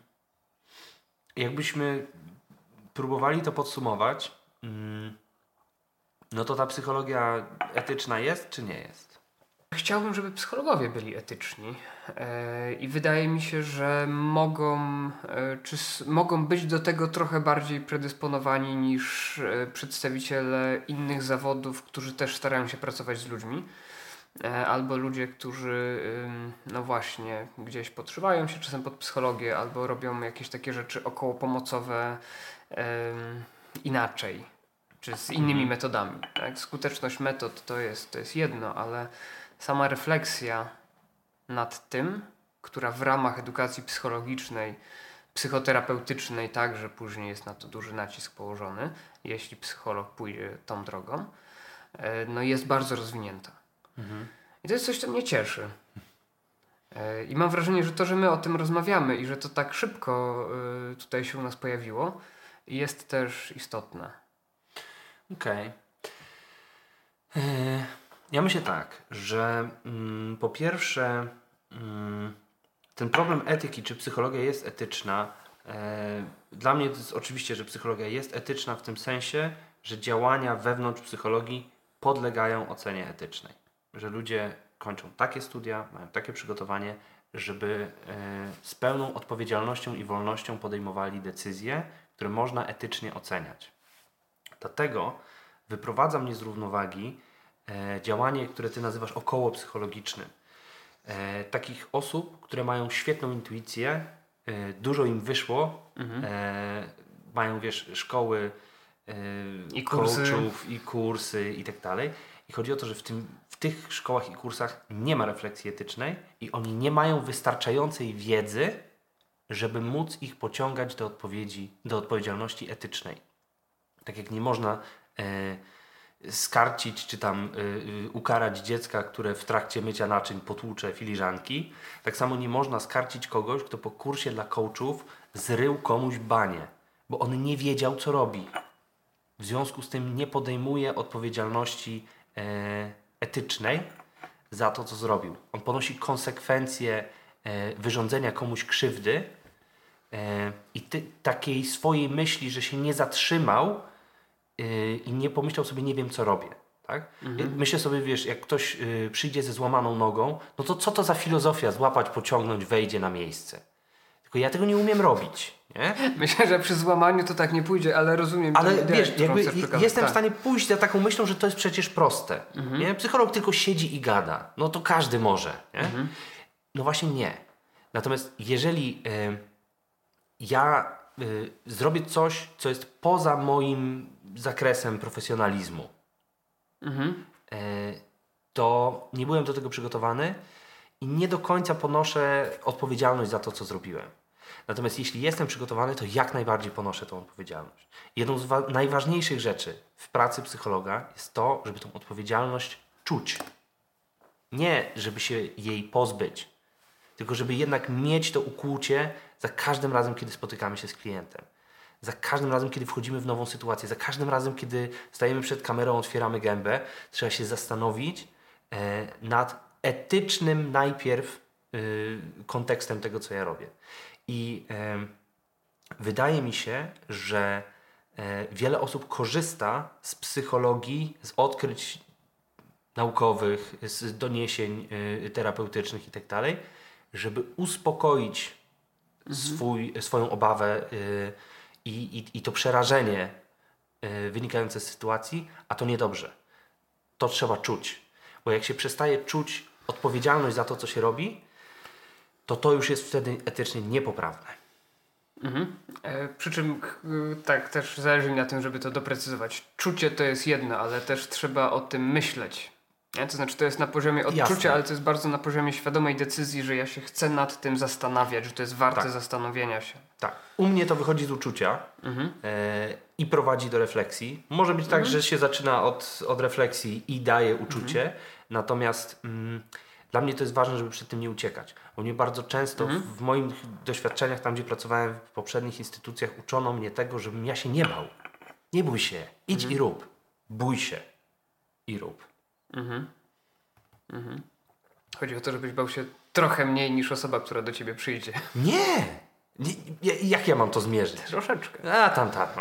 Jakbyśmy próbowali to podsumować, mm, no to ta psychologia etyczna jest czy nie jest? Chciałbym, żeby psychologowie byli etyczni e, i wydaje mi się, że mogą, e, czy s- mogą być do tego trochę bardziej predysponowani niż e, przedstawiciele innych zawodów, którzy też starają się pracować z ludźmi. E, Albo ludzie, którzy ym, no właśnie gdzieś podszywają się czasem pod psychologię, albo robią jakieś takie rzeczy około pomocowe ym, inaczej, czy z innymi Mhm. metodami. Tak? Skuteczność metod to jest, to jest jedno, ale sama refleksja nad tym, która w ramach edukacji psychologicznej, psychoterapeutycznej także później jest na to duży nacisk położony, jeśli psycholog pójdzie tą drogą, e, no jest bardzo rozwinięta. Mhm. I to jest coś, co mnie cieszy. E, I mam wrażenie, że to, że my o tym rozmawiamy i że to tak szybko e, tutaj się u nas pojawiło, jest też istotne. Okej. Okay. Ja myślę tak, że mm, po pierwsze mm, ten problem etyki, czy psychologia jest etyczna, e, dla mnie to jest oczywiście, że psychologia jest etyczna w tym sensie, że działania wewnątrz psychologii podlegają ocenie etycznej. Że ludzie kończą takie studia, mają takie przygotowanie, żeby e, z pełną odpowiedzialnością i wolnością podejmowali decyzje, które można etycznie oceniać. Dlatego wyprowadza mnie z równowagi e, działanie, które ty nazywasz okołopsychologicznym. E, takich osób, które mają świetną intuicję, e, dużo im wyszło, Mhm. e, mają, wiesz, szkoły e, I kursy. coachów i kursy i tak dalej. I chodzi o to, że w, tym, w tych szkołach i kursach nie ma refleksji etycznej i oni nie mają wystarczającej wiedzy, żeby móc ich pociągać do odpowiedzi, do odpowiedzialności etycznej. Tak jak nie można e, skarcić czy tam e, e, ukarać dziecka, które w trakcie mycia naczyń potłucze filiżanki, tak samo nie można skarcić kogoś, kto po kursie dla coachów zrył komuś banie, bo on nie wiedział, co robi. W związku z tym nie podejmuje odpowiedzialności e, etycznej za to, co zrobił. On ponosi konsekwencje e, wyrządzenia komuś krzywdy e, i ty, takiej swojej myśli, że się nie zatrzymał e, i nie pomyślał sobie, nie wiem, co robię. Tak? Mhm. Myślę sobie, wiesz, jak ktoś e, przyjdzie ze złamaną nogą, no to co to za filozofia złapać, pociągnąć, wejdzie na miejsce. Tylko ja tego nie umiem robić. Nie? Myślę, że przy złamaniu to tak nie pójdzie, ale rozumiem. Ale ideę, wiesz, jakby jestem tak. w stanie pójść za taką myślą, że to jest przecież proste. Mhm. Nie? Psycholog tylko siedzi i gada. No to każdy może. Nie? Mhm. No właśnie nie. Natomiast jeżeli y, ja y, zrobię coś, co jest poza moim zakresem profesjonalizmu, mhm. y, to nie byłem do tego przygotowany i nie do końca ponoszę odpowiedzialność za to, co zrobiłem. Natomiast jeśli jestem przygotowany, to jak najbardziej ponoszę tą odpowiedzialność. Jedną z wa- najważniejszych rzeczy w pracy psychologa jest to, żeby tą odpowiedzialność czuć. Nie, żeby się jej pozbyć, tylko żeby jednak mieć to ukłucie za każdym razem, kiedy spotykamy się z klientem. Za każdym razem, kiedy wchodzimy w nową sytuację. Za każdym razem, kiedy stajemy przed kamerą, otwieramy gębę. Trzeba się zastanowić e, nad etycznym najpierw e, kontekstem tego, co ja robię. I e, wydaje mi się, że e, wiele osób korzysta z psychologii, z odkryć naukowych, z doniesień e, terapeutycznych i tak dalej, żeby uspokoić mhm. swój, swoją obawę e, i, i, i to przerażenie e, wynikające z sytuacji, a to niedobrze. To trzeba czuć. Bo jak się przestaje czuć odpowiedzialność za to, co się robi, to to już jest wtedy etycznie niepoprawne. Mhm. E, przy czym e, tak też zależy mi na tym, żeby to doprecyzować. Czucie to jest jedno, ale też trzeba o tym myśleć. Nie? To znaczy to jest na poziomie odczucia, Jasne. ale to jest bardzo na poziomie świadomej decyzji, że ja się chcę nad tym zastanawiać, że to jest warte tak. zastanowienia się. Tak. U mnie to wychodzi z uczucia mhm. e, i prowadzi do refleksji. Może być mhm. tak, że się zaczyna od, od refleksji i daje uczucie, mhm. natomiast mm, dla mnie to jest ważne, żeby przed tym nie uciekać. Bo mnie bardzo często mhm. w, w moich doświadczeniach, tam gdzie pracowałem w poprzednich instytucjach, uczono mnie tego, żebym ja się nie bał. Nie bój się, idź mhm. i rób. Bój się i rób. Mhm. Mhm. Chodzi o to, żebyś bał się trochę mniej niż osoba, która do ciebie przyjdzie. Nie! nie jak ja mam to zmierzyć? Troszeczkę. A tam, tam.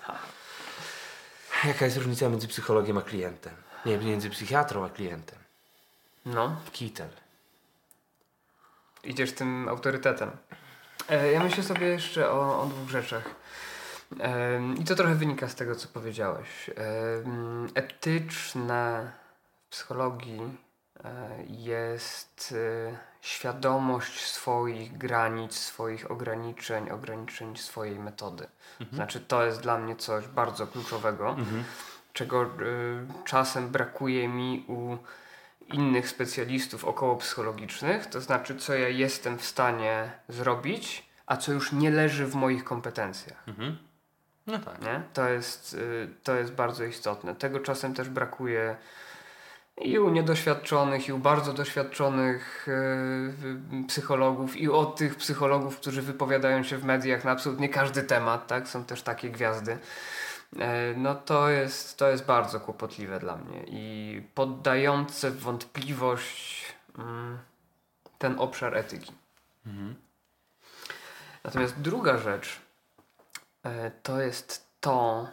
Jaka jest różnica między psychologiem a klientem? Nie, między psychiatrą a klientem. No. Kitel. Idziesz tym autorytetem. E, ja myślę sobie jeszcze o, o dwóch rzeczach. E, I to trochę wynika z tego, co powiedziałeś. E, etyczne w psychologii e, jest e, świadomość swoich granic, swoich ograniczeń, ograniczeń swojej metody. Mhm. Znaczy to jest dla mnie coś bardzo kluczowego, mhm. czego e, czasem brakuje mi u innych specjalistów okołopsychologicznych, to znaczy co ja jestem w stanie zrobić, a co już nie leży w moich kompetencjach. Mhm. No tak. Nie? To jest, to jest bardzo istotne. Tego czasem też brakuje i u niedoświadczonych, i u bardzo doświadczonych yy, psychologów, i u tych psychologów, którzy wypowiadają się w mediach na absolutnie każdy temat, tak? Są też takie gwiazdy. No to jest, to jest bardzo kłopotliwe dla mnie i poddające w wątpliwość mm, ten obszar etyki. Mhm. Natomiast druga rzecz e, to jest to,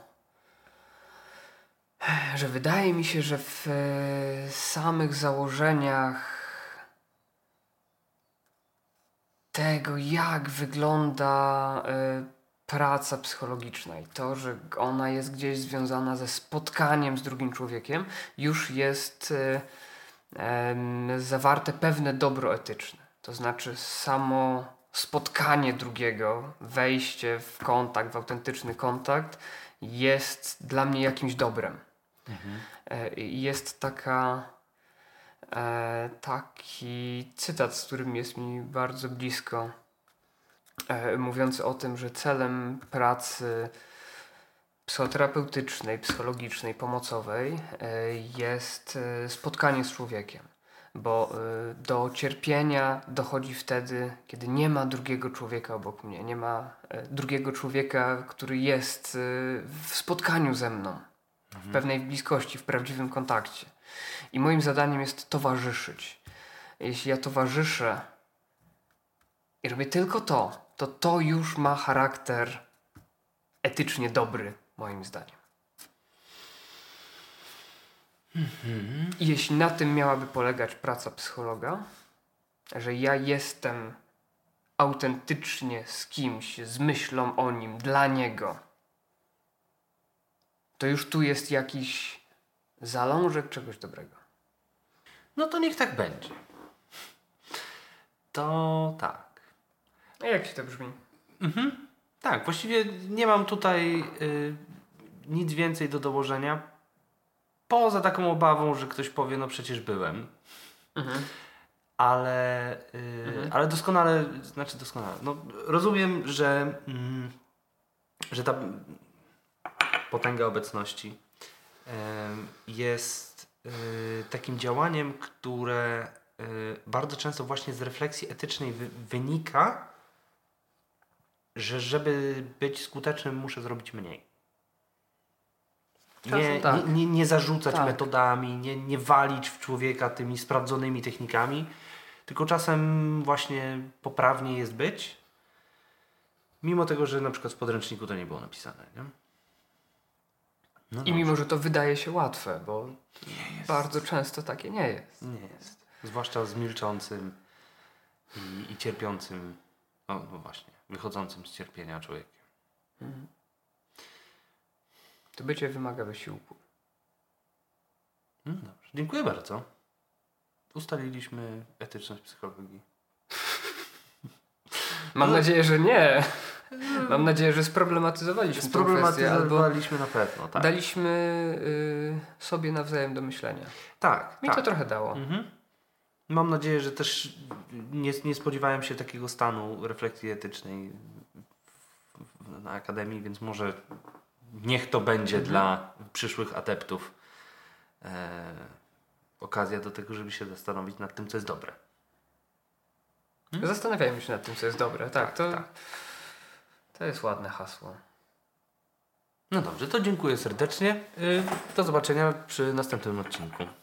że wydaje mi się, że w e, samych założeniach tego, jak wygląda e, praca psychologiczna i to, że ona jest gdzieś związana ze spotkaniem z drugim człowiekiem, już jest y, y, zawarte pewne dobro etyczne. To znaczy samo spotkanie drugiego, wejście w kontakt, w autentyczny kontakt jest dla mnie jakimś dobrem. Mhm. Y, jest taka y, taki cytat, z którym jest mi bardzo blisko. e, mówiąc o tym, że celem pracy psychoterapeutycznej, psychologicznej, pomocowej e, jest e, spotkanie z człowiekiem. Bo e, do cierpienia dochodzi wtedy, kiedy nie ma drugiego człowieka obok mnie, nie ma e, drugiego człowieka, który jest e, w spotkaniu ze mną, mhm. w pewnej bliskości, w prawdziwym kontakcie. I moim zadaniem jest towarzyszyć. Jeśli ja towarzyszę i robię tylko to, to to już ma charakter etycznie dobry, moim zdaniem. Mhm. I jeśli na tym miałaby polegać praca psychologa, że ja jestem autentycznie z kimś, z myślą o nim, dla niego, to już tu jest jakiś zalążek czegoś dobrego. No to niech tak będzie. To tak. A jak ci to brzmi? Mhm. Tak, właściwie nie mam tutaj y, nic więcej do dołożenia. Poza taką obawą, że ktoś powie, no przecież byłem. Mhm. Ale, y, mhm. ale doskonale, znaczy doskonale, no rozumiem, że, mm, że ta potęga obecności y, jest y, takim działaniem, które y, bardzo często właśnie z refleksji etycznej wy, wynika, że żeby być skutecznym, muszę zrobić mniej. Nie, tak. nie, nie, nie zarzucać tak. metodami, nie, nie walić w człowieka tymi sprawdzonymi technikami, tylko czasem właśnie poprawnie jest być, mimo tego, że na przykład w podręczniku to nie było napisane. Nie? No I mimo, że to wydaje się łatwe, bo bardzo często takie nie jest. Nie jest. Zwłaszcza z milczącym i, i cierpiącym, no, no właśnie, wychodzącym z cierpienia człowiekiem. Mhm. To bycie wymaga wysiłku. No dobrze. Dziękuję bardzo. Ustaliliśmy etyczność psychologii. Mam no. nadzieję, że nie. Mam nadzieję, że sproblematyzowaliśmy Sproblematyzowaliśmy na pewno, tak. Daliśmy y, sobie nawzajem do myślenia. Tak. Mi tak. to trochę dało. Mhm. Mam nadzieję, że też nie, nie spodziewałem się takiego stanu refleksji etycznej w, w, na Akademii, więc może niech to będzie mhm. dla przyszłych adeptów e, okazja do tego, żeby się zastanowić nad tym, co jest dobre. Hmm? Zastanawiajmy się nad tym, co jest dobre. Tak, tak, to, tak. to jest ładne hasło. No dobrze, to dziękuję serdecznie. Do zobaczenia przy następnym odcinku.